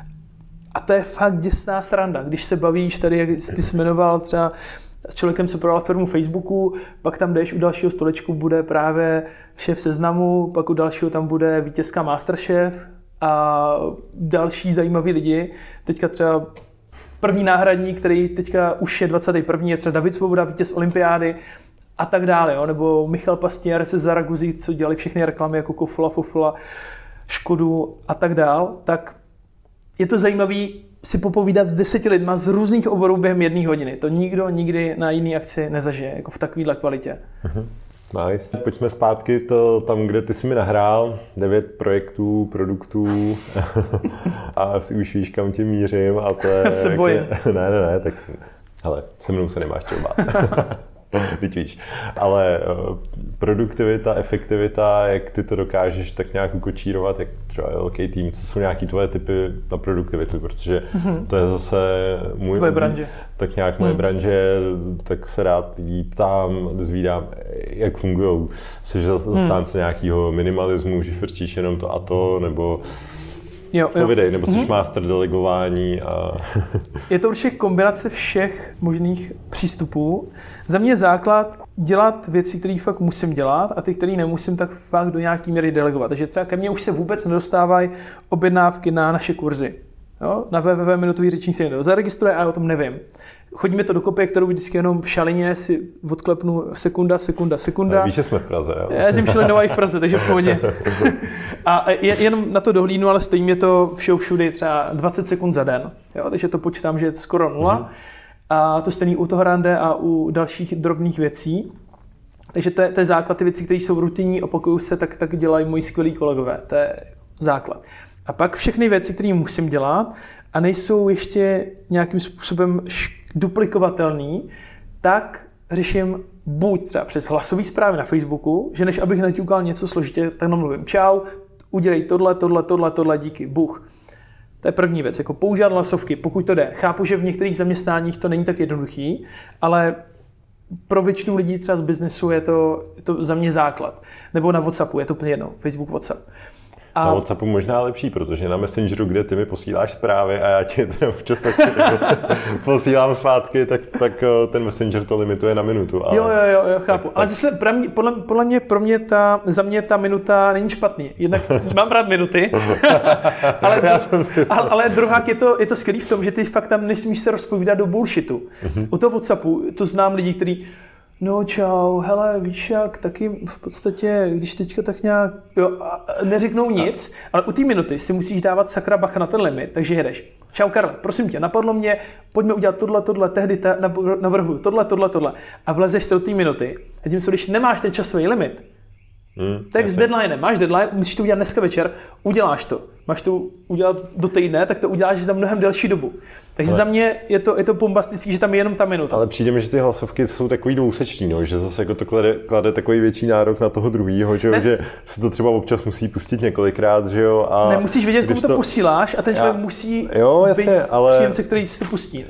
A to je fakt děsná sranda. Když se bavíš tady, jak ty jsi jmenoval třeba s člověkem, co prodal firmu Facebooku, pak tam jdeš, u dalšího stolečku bude právě šéf Seznamu, pak u dalšího tam bude vítězka Masterchef a další zajímaví lidi. Teďka třeba první náhradník, který teďka už je 21. je třeba David Svoboda, vítěz olympiády a tak dále, jo? Nebo Michal Pastýr se Zaraguzí, co dělali všechny reklamy jako Kofola, Fofola, Škodu a tak dál, tak je to zajímavý si popovídat s 10 lidma z různých oborů během 1 hodiny. To nikdo nikdy na jiný akci nezažije, jako v takovéhle kvalitě. Nice. Pojďme zpátky tam, kde ty jsi mi nahrál 9 projektů, produktů a asi už víš, kam tě mířím a to je... Se bojím. Ne, tak hele, se mnou se nemáš čeho bát. Víš. Ale produktivita, efektivita, jak ty to dokážeš tak nějak ukočírovat, jak třeba je velký tým, co jsou nějaký tvoje typy na produktivitu, protože to je zase tvoje branže. Tak nějak moje branže, tak se rád lidí ptám, dozvídám, jak fungujou. Jsi zastánce nějakého minimalismu, že frčíš jenom to a to, nebo povidej, nebo jsi master delegování a... Je to určitě kombinace všech možných přístupů. Za mě základ dělat věci, které fakt musím dělat a ty, které nemusím, tak fakt do nějaký míry delegovat. Takže třeba ke mně už se vůbec nedostávají objednávky na naše kurzy. Jo? Na www.minutový řečník se někdo zaregistruje a já o tom nevím. Chodí mi to do kopie, kterou vždycky jenom v šalině si odklepnu sekunda. Ale víš, že jsme v Praze, jo? Já jsem šalinová i v Praze, takže v pohodě. A jenom na to dohlídnu, ale stojí mě to všude třeba 20 sekund za den. Jo? Takže to počítám, že je to skoro 0. A to stejný u toho rande a u dalších drobných věcí. Takže to je základ, ty věci, které jsou rutinní, opakují se, tak dělají moji skvělí kolegové. To je základ. A pak všechny věci, které musím dělat a nejsou ještě nějakým způsobem duplikovatelný, tak řeším buď třeba přes hlasové zprávy na Facebooku, že než abych naťukal něco složitě, tak namluvím čau, udělej tohle, díky, buch. To je první věc, jako používat hlasovky, pokud to jde. Chápu, že v některých zaměstnáních to není tak jednoduchý, ale pro většinu lidí třeba z biznesu je to za mě základ. Nebo na WhatsAppu, je to úplně jedno, Facebook, WhatsApp. Na WhatsAppu možná lepší, protože na Messengeru, kde ty mi posíláš zprávy a já ti teda občas posílám zpátky, tak ten Messenger to limituje na minutu. Ale... Jo, chápu. Tak. Ale zase podle mě, za mě ta minuta není špatný. Jednak mám rád minuty, ale druhák je to skvělý v tom, že ty fakt tam nesmíš se rozpovídat do bullshitu. U toho WhatsAppu to znám lidi, kteří no čau, hele, víš jak, taky v podstatě, když teďka tak nějak, neřeknou nic, ale u té minuty si musíš dávat sakra bacha na ten limit, takže jedeš. Čau Karle, prosím tě, napadlo mě, pojďme udělat tohle, tehdy navrhuju tohle a vlezeš do té minuty. A tím se, když nemáš ten časový limit, tak s deadlinem, máš deadline, musíš to udělat dneska večer, uděláš to. máš to udělat do týdne, tak to uděláš za mnohem delší dobu. Takže za mě je to bombastický, že tam je jenom ta minuta. Ale přijde mi, že ty hlasovky jsou takový dvouseční, no, že zase jako to klade takový větší nárok na toho druhýho, že se to třeba občas musí pustit několikrát, že jo. A nemusíš vědět, komu to posíláš a ten člověk musí být příjemce, který si to pustí.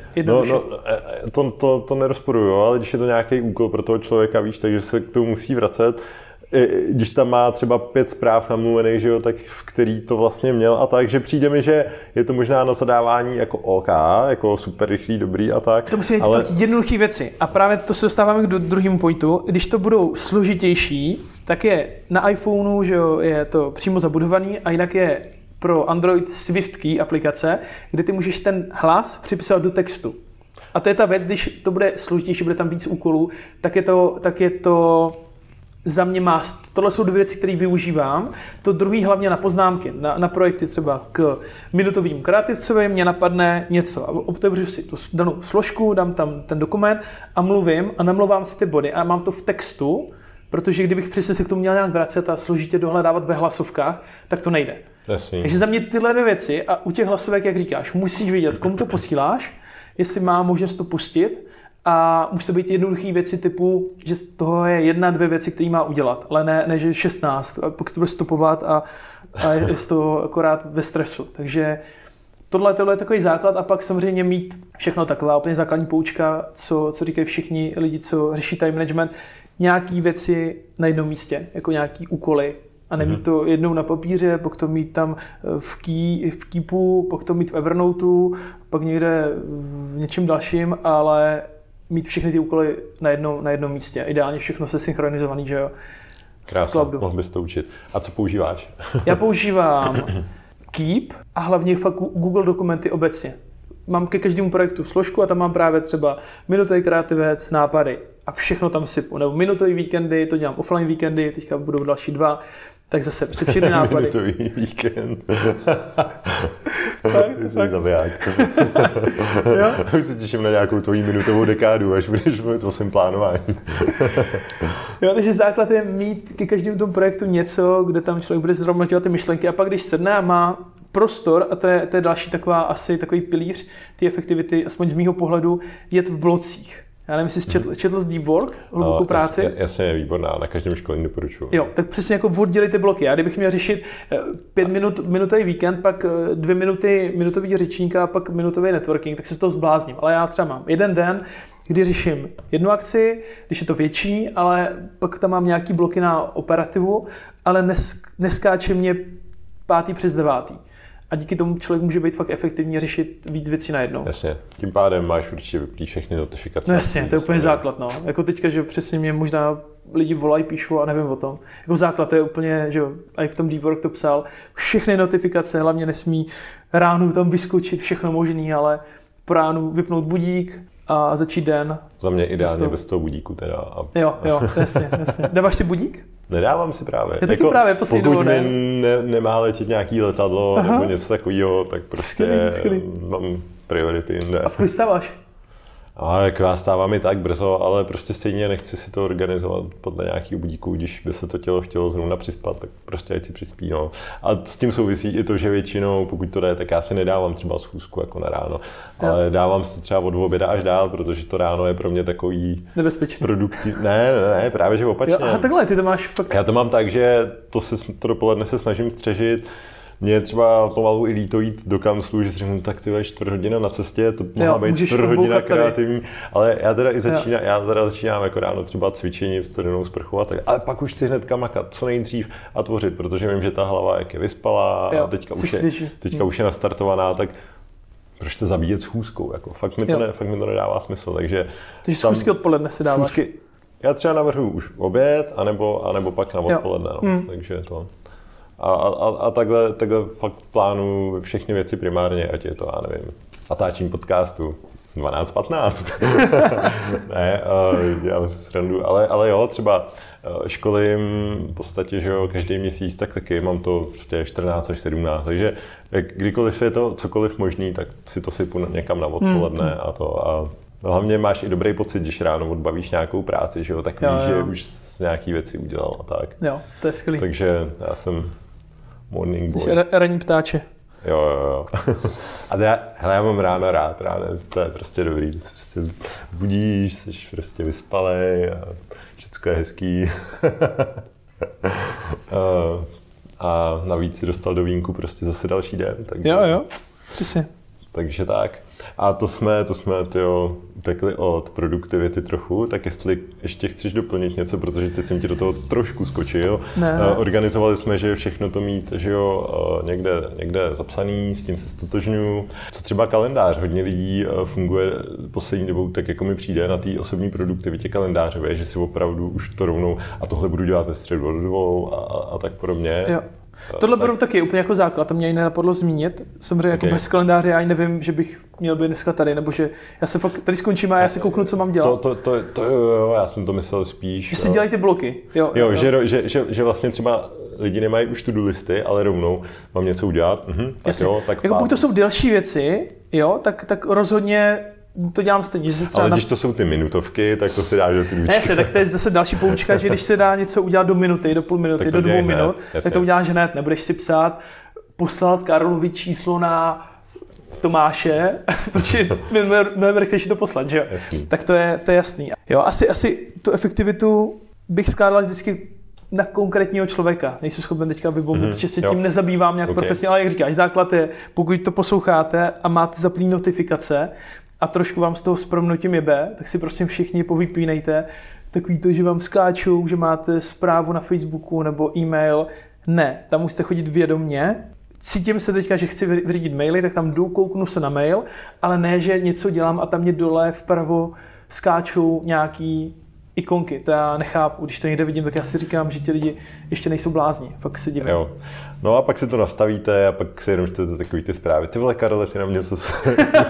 To nerozporuju, ale když je to nějaký úkol pro toho člověka, víš, takže se k tomu musí vracet. Když tam má třeba 5 zpráv namluvených, že jo, tak v který to vlastně měl a tak, že přijde mi, že je to možná na zadávání jako OK, jako super rychlý, dobrý a tak. To musí být jednoduché věci. A právě to se dostáváme k druhému pointu. Když to budou složitější, tak je na iPhoneu, že jo, je to přímo zabudovaný a jinak je pro Android Swift Key aplikace, kde ty můžeš ten hlas připisovat do textu. A to je ta věc, když to bude složitější, bude tam víc úkolů, tak je to za mě must. Tohle jsou 2 věci, které využívám. To druhý hlavně na poznámky, na projekty třeba k minutovým kreativcovi mě napadne něco. A otevřu si tu danou složku, dám tam ten dokument a mluvím a namlouvám si ty body a mám to v textu, protože kdybych přesně se k tomu měl nějak vracet a složitě dohledávat ve hlasovkách, tak to nejde. Jasně. Takže za mě tyhle 2 věci a u těch hlasovek, jak říkáš, musíš vědět, komu to posíláš, jestli má možnost to pustit, a musí to být jednoduché věci typu, že z toho je 1, 2 věci, které má udělat, ale ne že 16, a pak se to bude stopovat a je z toho akorát ve stresu. Takže tohle je takový základ a pak samozřejmě mít všechno taková úplně základní poučka, co říkají všichni lidi, co řeší time management, nějaký věci na jednom místě, jako nějaký úkoly. A nemít to jednou na papíře, pak to mít tam v Keepu, pak to mít v Evernoteu, pak někde v něčem dalším, ale mít všechny ty úkoly na jednom místě. Ideálně všechno se synchronizovaný, že jo? Krásně, mohl bys to učit. A co používáš? Já používám Keep a hlavně fakt Google dokumenty obecně. Mám ke každému projektu složku a tam mám právě třeba minutový kreativec, nápady a všechno tam sypu. Nebo minutový víkendy, to dělám offline víkendy, teďka budou další 2. Tak zase si všechny nápady. Minutový víkend. Ty jsi zabiják. Už se těším na nějakou tvojí minutovou dekádu, až budeš mluvit o svém plánování. Jo, takže základ je mít ke každému tomu projektu něco, kde tam člověk bude zhromažďovat ty myšlenky a pak když sedne a má prostor, a to je další takový pilíř ty efektivity, aspoň z mýho pohledu, jet v blocích. Já nevím, jestli jsi četl z Deep Work, hlubokou práci. Jasně, je výborná, na každém školení doporučuji. Jo, tak přesně jako oddělit ty bloky. Já kdybych měl řešit 5 minutový víkend, pak 2 minuty minutový řečníka a pak minutový networking, tak se z toho zblázním. Ale já třeba mám 1 den, kdy řeším 1 akci, když je to větší, ale pak tam mám nějaký bloky na operativu, ale neskáče mě 5. přes 9. A díky tomu člověk může být fakt efektivně řešit víc věcí najednou. Jasně, tím pádem máš určitě vyplý všechny notifikace. No jasně, to je úplně základ, no. Jako teďka, že přesně mě možná lidi volají, píšou a nevím o tom. Jako základ to je úplně, že jo, a i v tom Deep Work to psal, všechny notifikace, hlavně nesmí ráno tam vyskočit všechno možný, ale po ránu vypnout budík a začít den. Za mě ideálně bez toho budíku teda. Jo, jasně. Dáváš si budík? Nedávám si právě. Já taky právě poslední pokud mi nemá letět nějaký letadlo nebo něco takového, tak prostě mám priority jinde. A v kolik stáváš? A jako já stávám i tak brzo, ale prostě stejně nechci si to organizovat podle nějakého budíku, když by se to tělo chtělo zrovna přispat, tak prostě ať si přispí. No. A s tím souvisí i to, že většinou, pokud to jde, tak já si nedávám třeba schůzku jako na ráno, ale dávám si třeba od oběda až dál, protože to ráno je pro mě takový nebezpečný. Produktivní. Ne, právě že opačně. Aha, takhle, ty to máš fakt. Já to mám tak, že to dopoledne se snažím střežit. Mě je třeba pomalu i líto jít do kanclu, že si řeknu, tak ty 4 hodiny na cestě, to mohla být 4 hodina kreativní, ale já teda začínám jako ráno třeba cvičení, studenou sprchu a tak, ale pak už chci hnedka makat co nejdřív a tvořit, protože vím, že ta hlava jak je vyspalá a teďka už je nastartovaná, tak proč to zabíjet schůzkou, jako fakt mi to nedává smysl, takže schůzky odpoledne si dáváš? Já třeba navrhuji už oběd, anebo pak na odpoledne, no. Takže to. A takhle fakt plánuju všechny věci primárně, ať je to, já nevím, natáčím podcastu 12-15. Ne, dělám si srandu, ale jo, třeba školím v podstatě, že jo, každý měsíc, tak taky mám to prostě 14 až 17, takže kdykoliv je to cokoliv možný, tak si to sypu někam na odpoledne a to. A hlavně máš i dobrý pocit, když ráno odbavíš nějakou práci, že jo, tak víš, že už nějaký věci udělal a tak. Jo, to je skvělý. Takže já jsem morning boy. Jsi ranní ptáče. Jo. A já mám ráno rád, to je prostě dobrý. Prostě budíš, jsi prostě vyspalej a všecko je hezký. A navíc si dostal do vínku prostě zase další den. Takže, jo, přesně. Takže tak. A to jsme utekli od produktivity trochu, tak jestli ještě chceš doplnit něco, protože teď jsem ti do toho trošku skočil. Ne. Organizovali jsme, že všechno to mít, že jo, někde zapsaný, s tím se stotožňuju. Co třeba kalendář, hodně lidí funguje poslední dobou, tak jako mi přijde na té osobní produktivitě kalendářové, že si opravdu už to rovnou a tohle budu dělat ve středu od 2 a tak podobně. Jo. Tohle beru taky úplně jako základ, to mě ani nenapadlo zmínit. Samozřejmě jako bez kalendáře já ani nevím, že bych měl být dneska tady, nebo že já se fakt tady skončím a já se kouknu, co mám dělat. To jo, já jsem to myslel spíš. Že si dělají ty bloky. Jo. Že vlastně třeba lidi nemají už to-do listy, ale rovnou mám něco udělat. Tak jako pokud to jsou delší věci, jo, tak rozhodně to dělám stejně. Že ale když to jsou ty minutovky, tak to si dáš do klíčka. Ne, tak to je zase další poučka, že když se dá něco udělat do minuty, do půl minuty, do 2 minut, tak to uděláš hned. Nebudeš si psát, poslat Karlovi číslo na Tomáše, protože my rychlejší to poslat, že jo? Tak to je jasný. Jo, asi tu efektivitu bych skládal vždycky na konkrétního člověka. Nejsem schopen teďka vybomit, protože se tím nezabývám nějak profesně, ale jak říkáš, základ je, pokud to posloucháte a máte zaplý notifikace, a trošku vám z toho s prominutím jebe, tak si prosím všichni povypínejte takový to, že vám skáčou, že máte zprávu na Facebooku nebo e-mail. Ne, tam musíte chodit vědomně. Cítím se teďka, že chci vyřídit maily, tak tam jdu, kouknu se na mail, ale ne, že něco dělám a tam mě dole vpravo skáčou nějaký ikonky. To já nechápu, když to někde vidím, tak já si říkám, že ti lidi ještě nejsou blázni. Fakt se divím. Jo. No a pak si to nastavíte a pak si jenom čtete takový ty zprávy. Ty vole, Karole, ty na mě co se...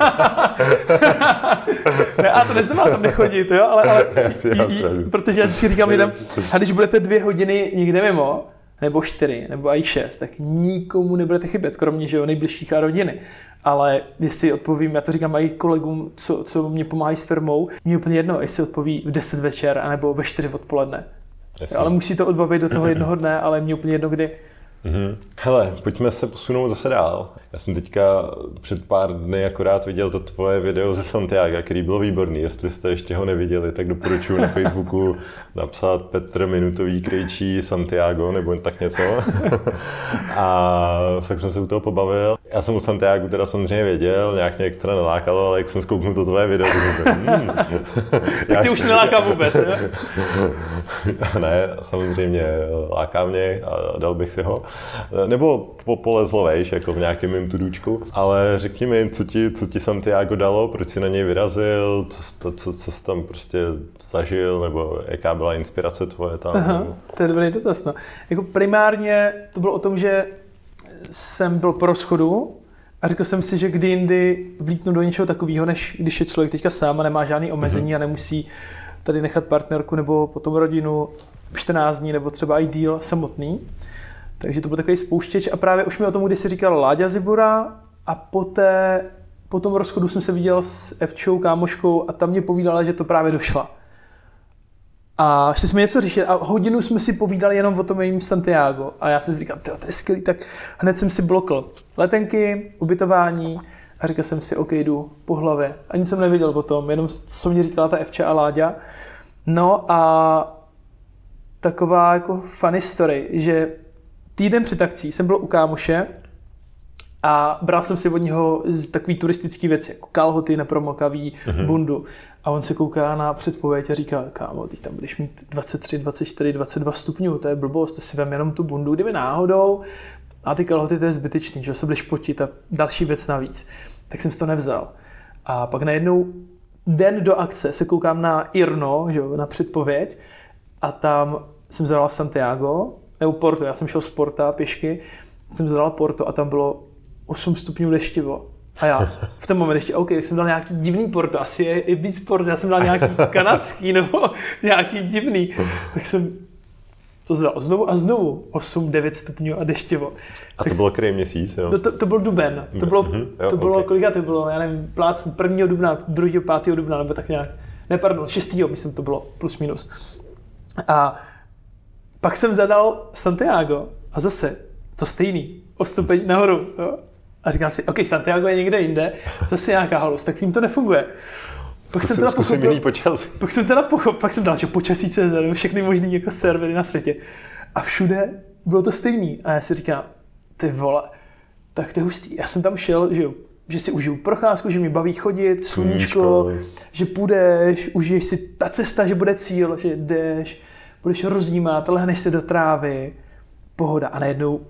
Ne, a to neznamená tam nechodit, jo, ale protože já si říkám lidem, a když budete 2 hodiny někde mimo, nebo 4, nebo i 6, tak nikomu nebudete chybět, kromě že jo, nejbližších a rodiny. Ale jestli odpovím, já to říkám i kolegům, co mě pomáhají s firmou, mě úplně jedno, jestli odpoví v 10 večer, anebo ve 4 odpoledne. Ale musí to odbavit do toho jednoho dne, ale mě úplně jedno kdy. Hele, pojďme se posunout zase dál. Já jsem teďka před pár dny akorát viděl to tvoje video ze Santiaga, který bylo výborný. Jestli jste ještě ho neviděli, tak doporučuji na Facebooku napsat Petr Minutový Krejčí Santiago nebo tak něco. A fakt jsem se u toho pobavil. Já jsem o Santiagu teda samozřejmě věděl, nějak mě extra nelákalo, ale jak jsem zkouknul to tvoje video, tak tě už neláká vůbec, jo? Ne, samozřejmě láká mě a dal bych si ho. Nebo polezlo, vejš, jako v nějakém mým tudůčku. Ale řekni mi, co ti Santiago dalo, proč jsi na něj vyrazil, co jsi tam prostě zažil, nebo jaká byla inspirace tvoje tam? Aha, to je dobrý dotaz. No. Jako primárně to bylo o tom, že jsem byl po rozchodu a řekl jsem si, že kdy jindy vlítnu do něčeho takového, než když je člověk teďka sám a nemá žádný omezení a nemusí tady nechat partnerku nebo potom rodinu 14 dní nebo třeba i díl samotný. Takže to byl takový spouštěč a právě už mi o tom kdysi říkal Láďa Zibura a po tom rozchodu jsem se viděl s Evčou, kámoškou a tam mě povídala, že to právě došla. A šli jsme něco řešit a hodinu jsme si povídali jenom o tom jejím Santiago a já jsem si říkal, to je skvělý, tak hned jsem si blokl letenky, ubytování a říkal jsem si, OK, jdu po hlavě. Ani jsem nevěděl o tom, jenom co mě říkala ta Evča a Láďa. No a taková jako funny story, že týden před akcí jsem byl u kámoše a bral jsem si od něho takový turistický věci, jako kalhoty nepromokavý, bundu. A on se kouká na předpověď a říká, kámo, ty tam budeš mít 23, 24, 22 stupňů, to je blbost, to si vem jenom tu bundu, kdyby náhodou. A ty kalhoty, to je zbytečný, že se budeš potit a další věc navíc. Tak jsem si to nevzal. A pak najednou den do akce se koukám na Irno, že, na předpověď a tam jsem zadal Santiago, nebo Porto, já jsem šel z Porta pěšky, jsem zadal Porto a tam bylo 8 stupňů deštivo. A já v ten moment ještě, OK, tak jsem dal nějaký divný Porto, asi je víc Porto, já jsem dal nějaký kanadský nebo nějaký divný. Tak jsem to zadal znovu a znovu, 8-9 stupňů a deštivo. A to bylo který měsíc, jo? To byl duben, to bylo kolika to bylo, já nevím, plác 1. dubna, 2. 5. dubna, nebo tak nějak, ne, pardon, 6. myslím to bylo, plus minus. A pak jsem zadal Santiago a zase, to stejný, o stupeň nahoru. Jo? A říkám si, OK, Santiago je někde jinde, zase nějaká halus, tak tím to nefunguje. Pak jsem teda pochopil, pak jsem dal, že počasí.cz, všechny možný jako servery na světě. A všude bylo to stejný. A já si říkám, ty vole, tak to je hustý. Já jsem tam šel, že si užiju procházku, že mě baví chodit, sluníčko, že půjdeš, užiješ si ta cesta, že bude cíl, že jdeš, budeš rozjímat, lehneš se do trávy, pohoda. A najednou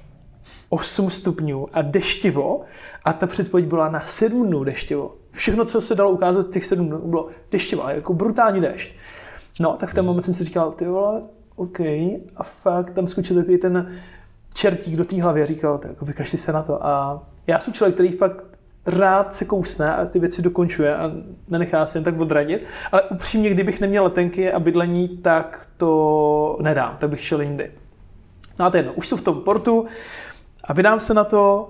8 stupňů a deštivo a ta předpověď byla na 7 dnů deštivo. Všechno, co se dalo ukázat těch 7 dnů, bylo deštivo, ale jako brutální déšť. No, tak v ten moment jsem si říkal, ty vole, OK, a fakt tam skočil takový ten čertík do té hlavy a říkal, tak jako vykašli se na to. A já jsem člověk, který fakt rád se kousne a ty věci dokončuje a nenechá se jen tak odradit, ale upřímně, kdybych neměl letenky a bydlení, tak to nedám, tak bych šel jindy. No a to jedno, už jsou v tom portu a vydám se na to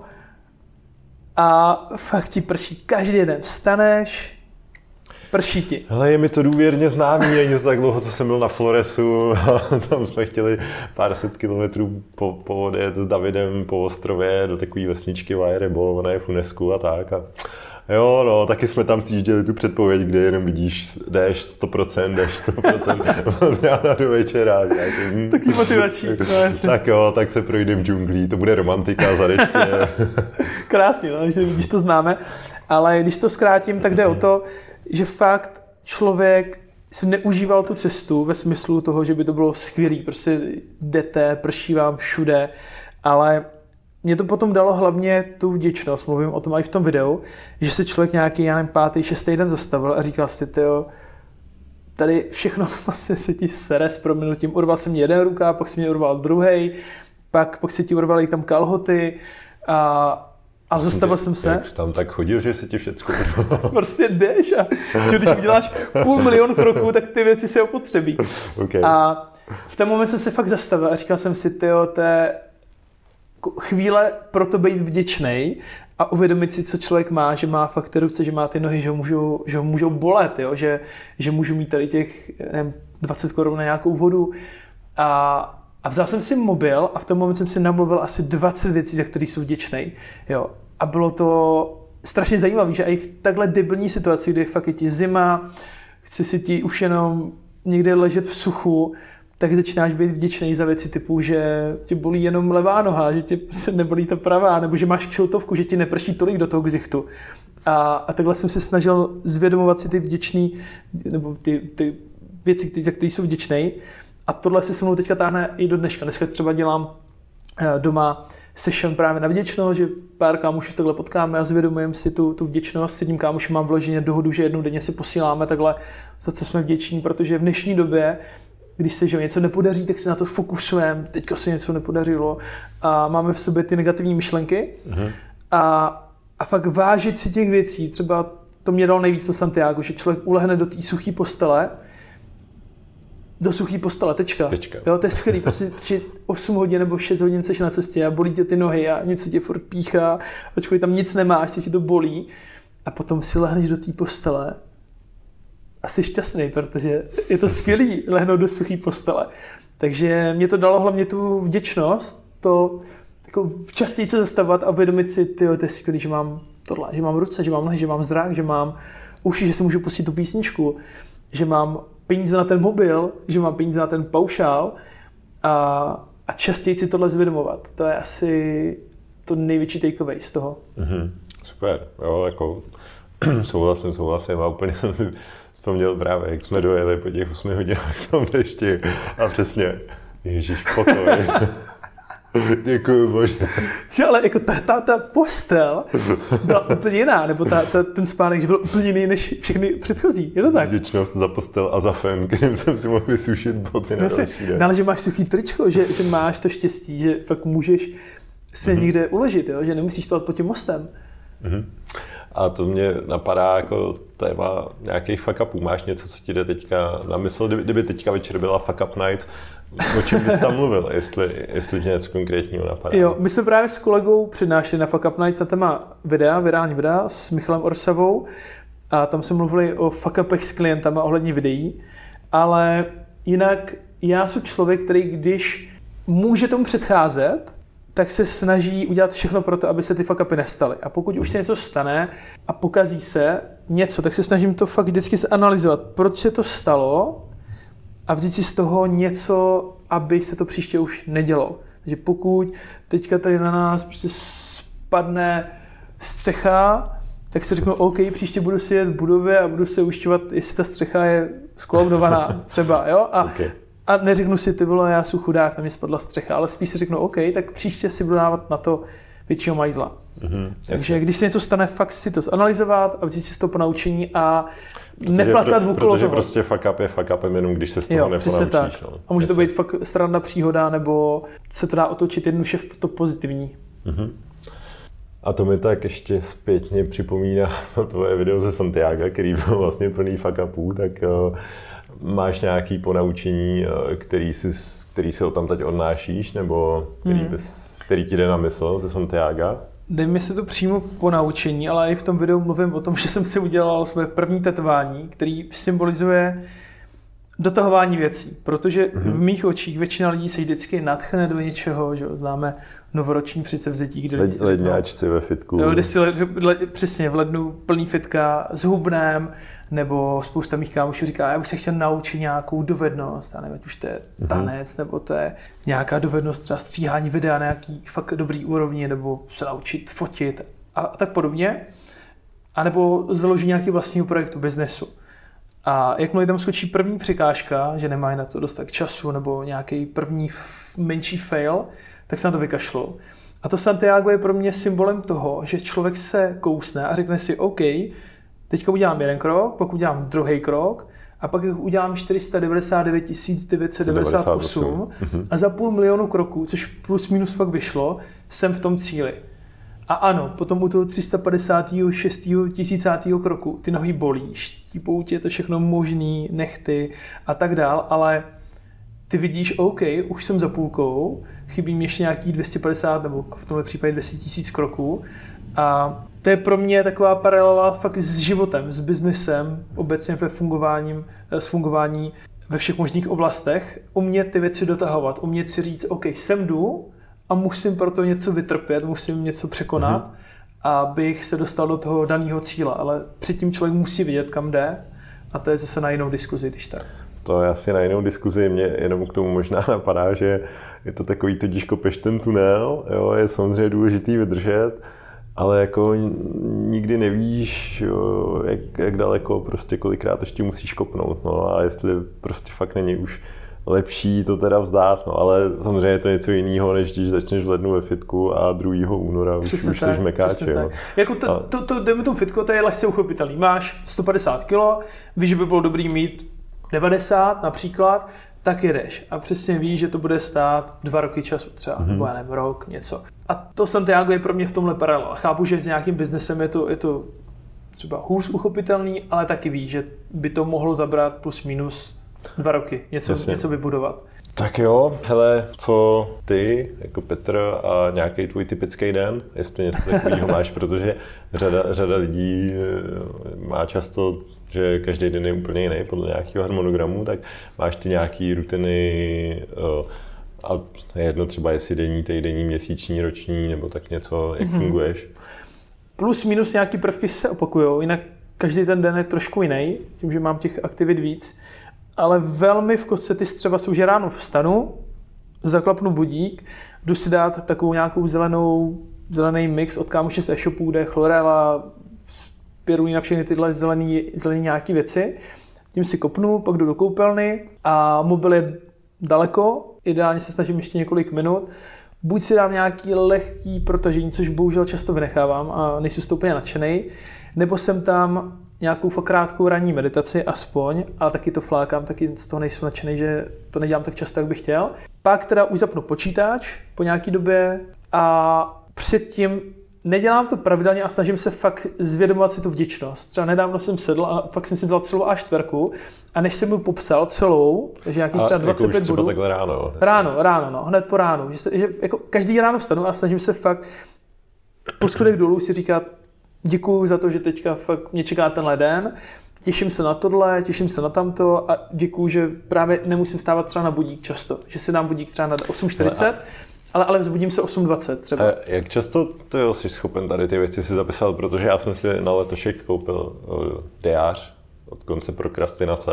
a fakt ti prší každý den. Vstaneš, prší ti. Hele, je mi to důvěrně známý, je něco tak dlouho, co jsem byl na Floresu a tam jsme chtěli pár set kilometrů odjet s Davidem po ostrově do takové vesničky Vajrebol, ona je v UNESCO a tak. A jo, no, taky jsme tam sjížděli tu předpověď, kde jenom vidíš, jdeš 100%, od rána do večera. Taky motivační. Tak jo, tak se projdem džunglí, to bude romantika za deště. Krásný, no, že vidíš, to známe, ale když to zkrátím, tak jde o to, že fakt člověk si neužíval tu cestu ve smyslu toho, že by to bylo skvělý, prostě jdete, prší vám všude, ale mě to potom dalo hlavně tu vděčnost, mluvím o tom i v tom videu, že se člověk nějaký, já nevím, 5., 6. den zastavil a říkal si, tyjo, tady všechno vlastně se ti sere s prominutím, urval se mě jeden rukáv, pak se mě urval druhej, pak se ti urvaly tam kalhoty a zastavil jsem se. Jak jsi tam tak chodil, že se ti všecko prostě jdeš a že když uděláš 500 000 kroků, tak ty věci se opotřebí. Okay. A v ten moment jsem se fakt zastavil a říkal jsem si, tyjo, to je chvíle pro to být vděčnej a uvědomit si, co člověk má, že má fakt ty ruce, že má ty nohy, že ho můžou bolet, jo? Že můžu mít tady těch 20 korun na nějakou vodu. A vzal jsem si mobil a v ten moment jsem si namluvil asi 20 věcí, za které jsou vděčnej. Jo? A bylo to strašně zajímavé, že i v takhle debilní situaci, kdy fakt je ti zima, chce si ti už jenom někde ležet v suchu, tak začínáš být vděčný za věci typu, že tě bolí jenom levá noha, že tě se nebolí ta pravá, nebo že máš kšiltovku, že ti neprší tolik do toho ksichtu. A takhle jsem se snažil zvědomovat si ty vděčný, nebo ty věci, za které jsou vděčný. A tohle se se mnou teďka táhne i do dneška. Dneska třeba dělám doma session právě na vděčnost, že pár kámošů takhle potkáme a zvědomujeme si tu vděčnost. S jedním kámošem mám vloženě dohodu, že jednou denně si posíláme takhle, za co jsme vděční, protože v dnešní době, když se něco nepodaří, tak se na to fokusujeme, teďka se něco nepodařilo a máme v sobě ty negativní myšlenky a fakt vážit si těch věcí. Třeba to mě dalo nejvíc to Santiago, že člověk ulehne do té suché postele, tečka. Jo, to je skvělý, prostě 8 hodin nebo 6 hodin seš na cestě a bolí tě ty nohy a něco tě furt píchá, ačkoliv tam nic nemáš, tě to bolí a potom si lehneš do té postele a jsi šťastný, protože je to skvělý lehnout do suchý postele. Takže mě to dalo hlavně tu vděčnost, to jako častěji se zastavovat a uvědomit si, tyjo, to je skvělý, že mám tohle, že mám ruce, že mám nohy, že mám zrak, že mám uši, že si můžu pustit tu písničku, že mám peníze na ten mobil, že mám peníze na ten paušál a častěji si tohle zvědomovat. To je asi to největší takeaway z toho. Super, jo, jako souhlasím a úplně jsem si vzpomněl právě, jak jsme dojeli po těch 8 hodinách v tom dešti a přesně, ježíš, pokoj. Děkuju bože. Že ale jako ta postel byla úplně jiná, nebo ten spánek, že byl úplně jiný než všechny předchozí. Je to tak? Vděčnost za postel a za fen, kterým jsem si mohl vysušit boty na další den. Ale že máš suchý tričko, že máš to štěstí, že fakt můžeš se někde uložit, jo? Že nemusíš stát pod tím mostem. A to mě napadá jako téma nějakých fuck upů. Máš něco, co ti jde teďka na mysl? Kdyby teďka večer byla fuck up night, o čem bys tam mluvil, jestli tě něco konkrétního napadá? Jo, my jsme právě s kolegou přednášeli na fuck up night na téma virální videa s Michalem Orsavou a tam jsme mluvili o fuck upech s klientama ohledně videí, ale jinak já jsem člověk, který když může tomu předcházet, tak se snaží udělat všechno pro to, aby se ty fuck upy nestaly. A pokud už se něco stane a pokazí se něco, tak se snažím to fakt vždycky analyzovat, proč se to stalo a vzít si z toho něco, aby se to příště už nedělo. Takže pokud teďka tady na nás prostě spadne střecha, tak si řeknu, OK, příště budu si jet v budově a budu se ujišťovat, jestli ta střecha je skloudovaná třeba, jo? A neřeknu si, ty vole, já jsem chudák, na mě spadla střecha, ale spíš si řeknu, OK, tak příště si budu dávat na to většího majzla. Takže když se něco stane, fakt si to zanalyzovat a vzít si z toho ponaučení a neplakat okolo toho. Protože prostě fuck up je fuck upem, jenom když se z toho neponaučíš. No. A může to být fakt sranda příhoda, nebo se to dá otočit jednoduše v to pozitivní. A to mi tak ještě zpětně připomíná tvoje video ze Santiaga, který byl vlastně plný fuck upů, tak máš nějaký ponaučení, který si ho tam teď odnášíš, nebo který ti jde na mysl ze Santiaga? Nevím, jestli to přímo ponaučení, ale i v tom videu mluvím o tom, že jsem si udělal své první tetování, který symbolizuje dotahování věcí, protože v mých očích většina lidí se vždycky nadchne do něčeho, že známe novoroční předsevzetí, kde ledňáčci ve fitku. Kde si přesně v lednu plný fitka s hubnem, nebo spousta mých kámošů říká, já bych se chtěl naučit nějakou dovednost, já nevím, ať už to je tanec, nebo to je nějaká dovednost třeba stříhání videa na nějaký fakt dobrý úrovni, nebo se naučit fotit a tak podobně. A nebo založit nějaký vlastního projektu, biznesu. A jakmile tam skočí první překážka, že nemají na to dostatek času, nebo nějaký první menší fail, tak se na to vykašlou. A to Santiago je pro mě symbolem toho, že člověk se kousne a řekne si, OK, teďka udělám jeden krok, pak udělám druhý krok a pak udělám 499 998 a za 500 000 kroků, což plus minus fakt vyšlo, jsem v tom cíli. A ano, potom u toho 356 000 kroku ty nohy bolí, štípou tě to všechno možný, nechty a tak dál, ale ty vidíš, OK, už jsem za půlkou, chybí mi ještě nějakých 250 nebo v tomhle případě 200 000 kroků a to je pro mě taková paralela fakt s životem, s biznesem, obecně s fungování ve všech možných oblastech, umět ty věci dotahovat, umět si říct, OK, sem jdu a musím pro to něco vytrpět, musím něco překonat, abych se dostal do toho daného cíle, ale předtím člověk musí vědět, kam jde a to je zase na jinou diskuzi, když tak. To je asi na jinou diskuzi, mě jenom k tomu možná napadá, že je to takový, když kopeš ten tunel, jo, je samozřejmě důležitý vydržet, ale jako nikdy nevíš, jo, jak daleko, prostě kolikrát ještě musíš kopnout, no a jestli prostě fakt není už lepší to teda vzdát, no ale samozřejmě je to něco jiného, než když začneš v lednu ve fitku a 2. února už jsi žmekáče. No. Jako dejme tomu fitku, to je lehce uchopitelný. Máš 150 kg, víš, že by bylo dobrý mít 90 například, tak jedeš a přesně víš, že to bude stát 2 roky času třeba, nebo já nevím, rok, něco. A to Santiago je pro mě v tomhle paralela. Chápu, že s nějakým biznesem je to třeba hůř uchopitelný, ale taky víš, že by to mohlo zabrat plus minus 2 roky, něco vybudovat. Tak jo, hele, co ty, jako Petr, a nějaký tvůj typický den, jestli něco takového máš, protože řada lidí má často, že každý den je úplně jiný podle nějakého harmonogramu, tak máš ty nějaký rutiny a jedno třeba jestli denní, týdenní, měsíční, roční, nebo tak něco, jak funguješ? Plus minus nějaký prvky se opakujou, jinak každý ten den je trošku jiný, tím, že mám těch aktivit víc. Ale velmi v kostce ty třeba jsou, že ráno vstanu, zaklapnu budík, jdu si dát takovou nějakou zelený mix od kámoše z e-shopu, kde je chlorela, pirulí na všechny tyhle zelený nějaké věci. Tím si kopnu, pak jdu do koupelny a mobil je daleko, ideálně se snažím ještě několik minut. Buď si dám nějaký lehký protažení, což bohužel často vynechávám a nejsem z toho úplně nadšenej, nebo jsem tam nějakou fakt krátkou ranní meditaci aspoň, ale taky to flákám, taky z toho nejsem nadšenej, že to nedělám tak často, jak bych chtěl. Pak teda už zapnu počítač po nějaký době a předtím nedělám to pravidelně a snažím se fakt zvědomovat si tu vděčnost. Třeba nedávno jsem sedl a pak jsem si dal celou A4 a než jsem mu popsal celou, takže nějakých třeba 25 jako bodů. Takhle ráno. Ráno, no, hned po ránu. Že jako každý ráno vstanu a snažím se fakt po schodech dolů si říkat děkuju za to, že teďka fakt mě čeká tenhle den, těším se na tohle, těším se na tamto a děkuju, že právě nemusím stávat třeba na budík často, že si dám budík třeba na 8:40 Ale vzbudím se 8:20 třeba. A jak často to jsi schopen tady ty věci si zapisat, protože já jsem si na letošek koupil diář od konce prokrastinace.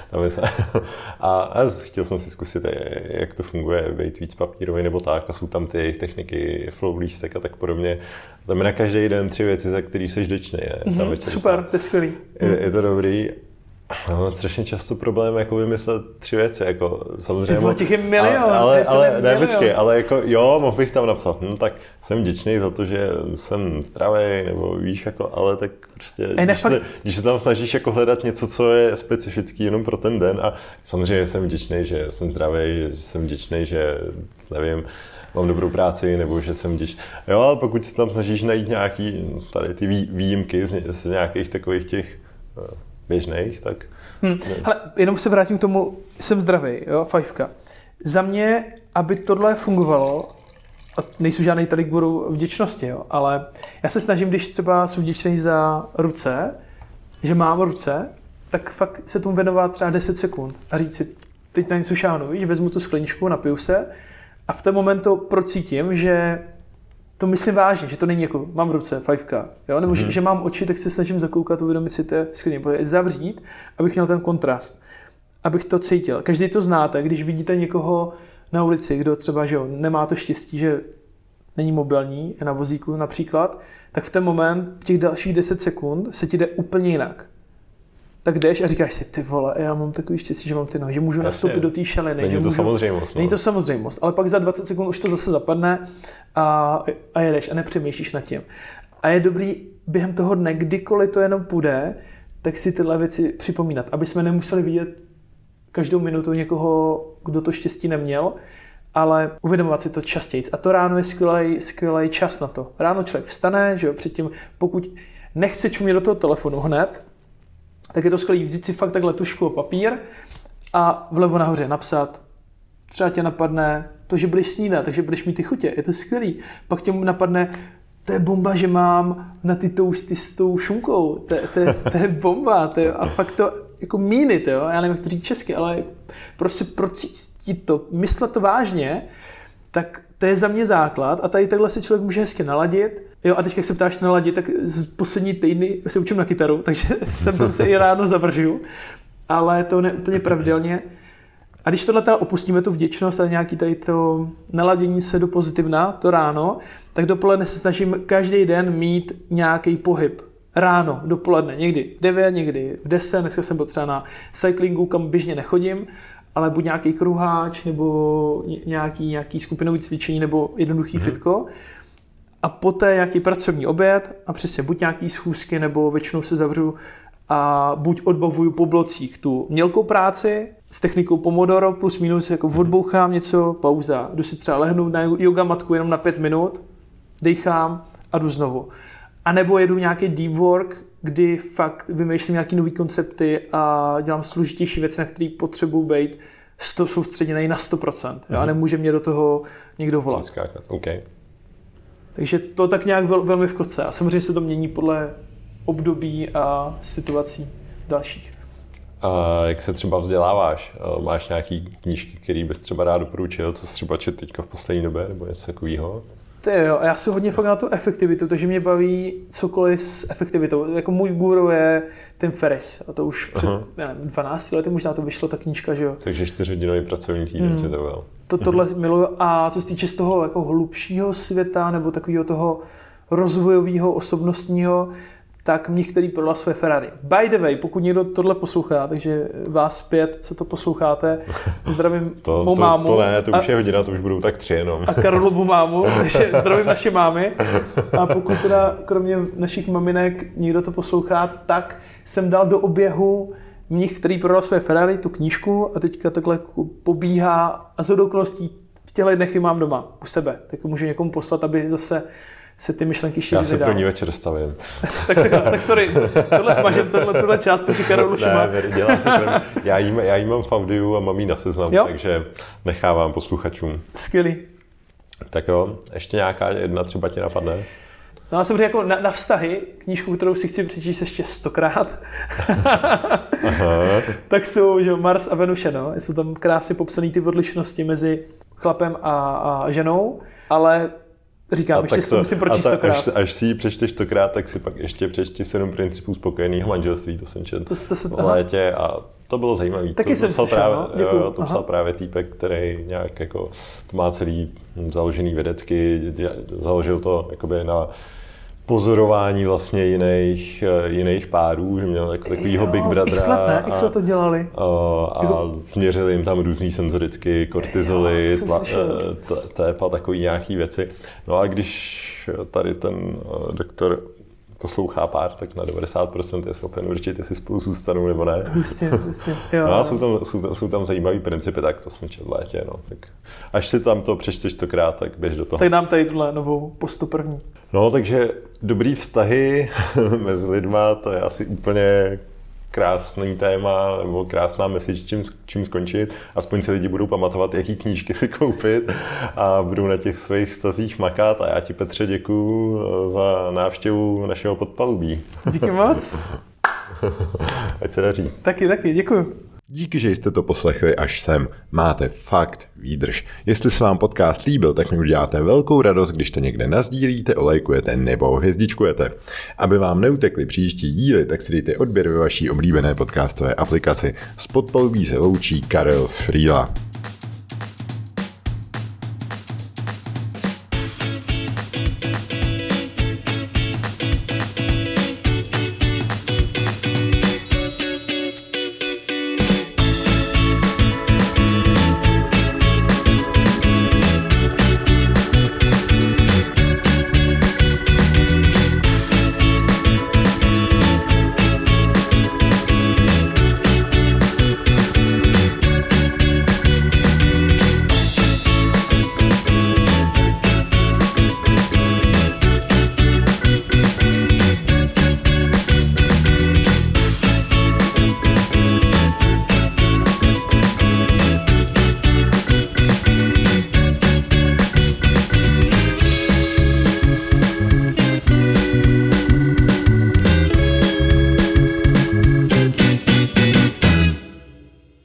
A chtěl jsem si zkusit, jak to funguje, být víc papírový nebo tak, a jsou tam ty jejich techniky, flow lístek a tak podobně. Tam je na každý den 3 věci, za který jsi vděčný. Super, to je skvělý. Je to dobrý. Mám strašně často problém jako vymyslet 3 věci, jako samozřejmě. Těch je milion. Ale ne, počkej, ale jako jo, mohl bych tam napsat, tak jsem vděčný za to, že jsem zdravý, nebo víš, jako, ale tak prostě, když se tam snažíš jako hledat něco, co je specifický jenom pro ten den, a samozřejmě jsem vděčný, že jsem zdravý, že jsem vděčný, že nevím, mám dobrou práci, nebo že jsem vděčný. Jo, ale pokud se tam snažíš najít nějaký tady ty výjimky z nějakých takových těch běžných, tak... Ale jenom se vrátím k tomu, jsem zdravý, jo, 5. Za mě, aby tohle fungovalo, a nejsou žádný tady guru vděčnosti, jo, ale já se snažím, když třeba jsem vděčný za ruce, že mám ruce, tak fakt se tomu věnovat třeba 10 sekund a říct si, teď na něco šáhnu, víš, vezmu tu skleničku, napiju se a v ten moment to procítím, že to myslím vážně, že to není jako, mám ruce, 5, jo? Nebo že mám oči, tak se snažím zakoukat, uvědomit si, to je skvělé, zavřít, abych měl ten kontrast, abych to cítil. Každý to znáte, když vidíte někoho na ulici, kdo třeba, že jo, nemá to štěstí, že není mobilní, je na vozíku například, tak v ten moment, těch dalších 10 sekund se ti jde úplně jinak. Tak jdeš a říkáš si, ty vole, já mám takový štěstí, že mám ty nohy, že můžu nastoupit do té šaliny. Není to samozřejmost. Není to samozřejmost, ale pak za 20 sekund už to zase zapadne a jedeš a nepřemýšlíš nad tím. A je dobrý během toho dne, kdykoliv to jenom půjde, tak si tyhle věci připomínat, aby jsme nemuseli vidět každou minutu někoho, kdo to štěstí neměl, ale uvědomovat si to častěji. A to ráno je skvělý čas na to. Ráno člověk vstane, že jo, předtím, pokud nechce čumět do toho telefonu hned, tak je to skvělý vzít si fakt takhle tužku a papír a vlevo nahoře napsat. Třeba tě napadne to, že budeš snídat, takže budeš mít ty chutě. Je to skvělý. Pak tě napadne, to je bomba, že mám na ty toasty s tou šunkou. To je bomba. A fakt to jako mínit, jo. Já nevím, jak to říct česky, ale prostě procítit to, myslet to vážně, tak to je za mě základ a tady takhle se člověk může hezky naladit. Jo, a teď, jak se ptáš naladit, tak z poslední týdny se učím na kytaru, takže jsem tam se i ráno zavržu, ale to ne úplně pravidelně. A když tohle teda opustíme, tu vděčnost a nějaký tady to naladění se do pozitivna, to ráno, tak dopoledne se snažím každý den mít nějaký pohyb. Ráno, dopoledne, někdy 9, někdy v 10, dneska jsem byl třeba na cyclingu, kam běžně nechodím, ale buď nějaký kruháč, nebo nějaký skupinový cvičení, nebo jednoduchý fitko. A poté nějaký pracovní oběd a přesně buď nějaký schůzky, nebo většinou se zavřu a buď odbavuju po blocích tu mělkou práci s technikou Pomodoro plus minus, jako odbouchám něco, pauza. Jdu si třeba lehnout na yoga matku jenom na 5 minut, dechám a jdu znovu. A nebo jedu nějaký deep work, kdy fakt vymýšlím nějaký nový koncepty a dělám složitější věci, na které potřebuji být soustředěný na 100%. A nemůže mě do toho někdo volat. Okay. Takže to tak nějak velmi v kostce. A samozřejmě se to mění podle období a situací dalších. A jak se třeba vzděláváš? Máš nějaký knížky, které bys třeba rád doporučil, co jsi třeba četl teďka v poslední době, nebo něco takového? Jo, já jsem hodně fakt na tu efektivitu, takže mě baví cokoliv s efektivitou. Jako můj guru je Tim Ferriss a to už před 12 lety možná to vyšlo ta knížka, že jo. Takže 4hodinový pracovní týden tě zaujal. Tohle miluju a co se týče z toho jako hlubšího světa nebo takového toho rozvojového, osobnostního, tak mě, který prodal své Ferrari. By the way, pokud někdo tohle poslouchá, takže vás 5, co to posloucháte, zdravím mou mámu. To ne, to už je hodina, to už budou tak 3 jenom. A Karolovu mámu, takže zdravím naše mámy. A pokud teda kromě našich maminek někdo to poslouchá, tak jsem dal do oběhu mnich, který prodal své Ferrari, tu knížku a teďka takhle pobíhá a z okolností v těchto dnech ji mám doma u sebe. Tak můžu někomu poslat, aby zase se ty myšlenky šířily dál. Já se první večer stavím. tak sorry, tohle smažem, tuhle část, to říká Karolu Šuma. Já jí mám v audiu a mám jí na seznam, takže nechávám posluchačům. Skvělý. Tak jo, ještě nějaká jedna třeba ti napadne? No já jsem řekl jako na vztahy, knížku, kterou si chci přečíst ještě 100krát, tak jsou že Mars a Venuše, no. Jsou tam krásně popsané ty odlišnosti mezi chlapem a ženou, ale říkám, ještě si to musím pročíst 100krát. Až si ji přečteš 100krát, tak si pak ještě přečti 7 principů spokojeného manželství, to jsem četl v létě a to bylo zajímavé. Taky jsem slyšel, to psal právě týpek, který nějak jako, to má celý založený vědecky, založil to jakoby na pozorování vlastně jiných párů, že měl jako takovýho Big Brothera. X let to dělali. A měřili jim tam různý senzoricky, kortizoly, tep a takový nějaký věci. No a když tady ten doktor poslouchá pár, tak na 90% je schopen určit, jestli spolu zůstanou nebo ne. Hustě. Jo. No a jsou tam zajímavý principy, tak to jsem četl v létě. No. Tak až si tam to přečteš 100krát, tak běž do toho. Tak dám tady tuhle novou po 101. No, takže dobrý vztahy mezi lidma, to je asi úplně krásný téma, nebo krásná message, čím skončit. Aspoň si lidi budou pamatovat, jaký knížky si koupit a budou na těch svých vztazích makat. A já ti, Petře, děkuju za návštěvu našeho podpalubí. Díky moc. Ať se daří. Taky, děkuju. Díky, že jste to poslechli až sem. Máte fakt výdrž. Jestli se vám podcast líbil, tak mi uděláte velkou radost, když to někde nasdílíte, olejkujete nebo hvězdičkujete. Aby vám neutekly příští díly, tak si dejte odběr ve vaší oblíbené podcastové aplikaci. Z podpalubí se loučí Karel z Frýla.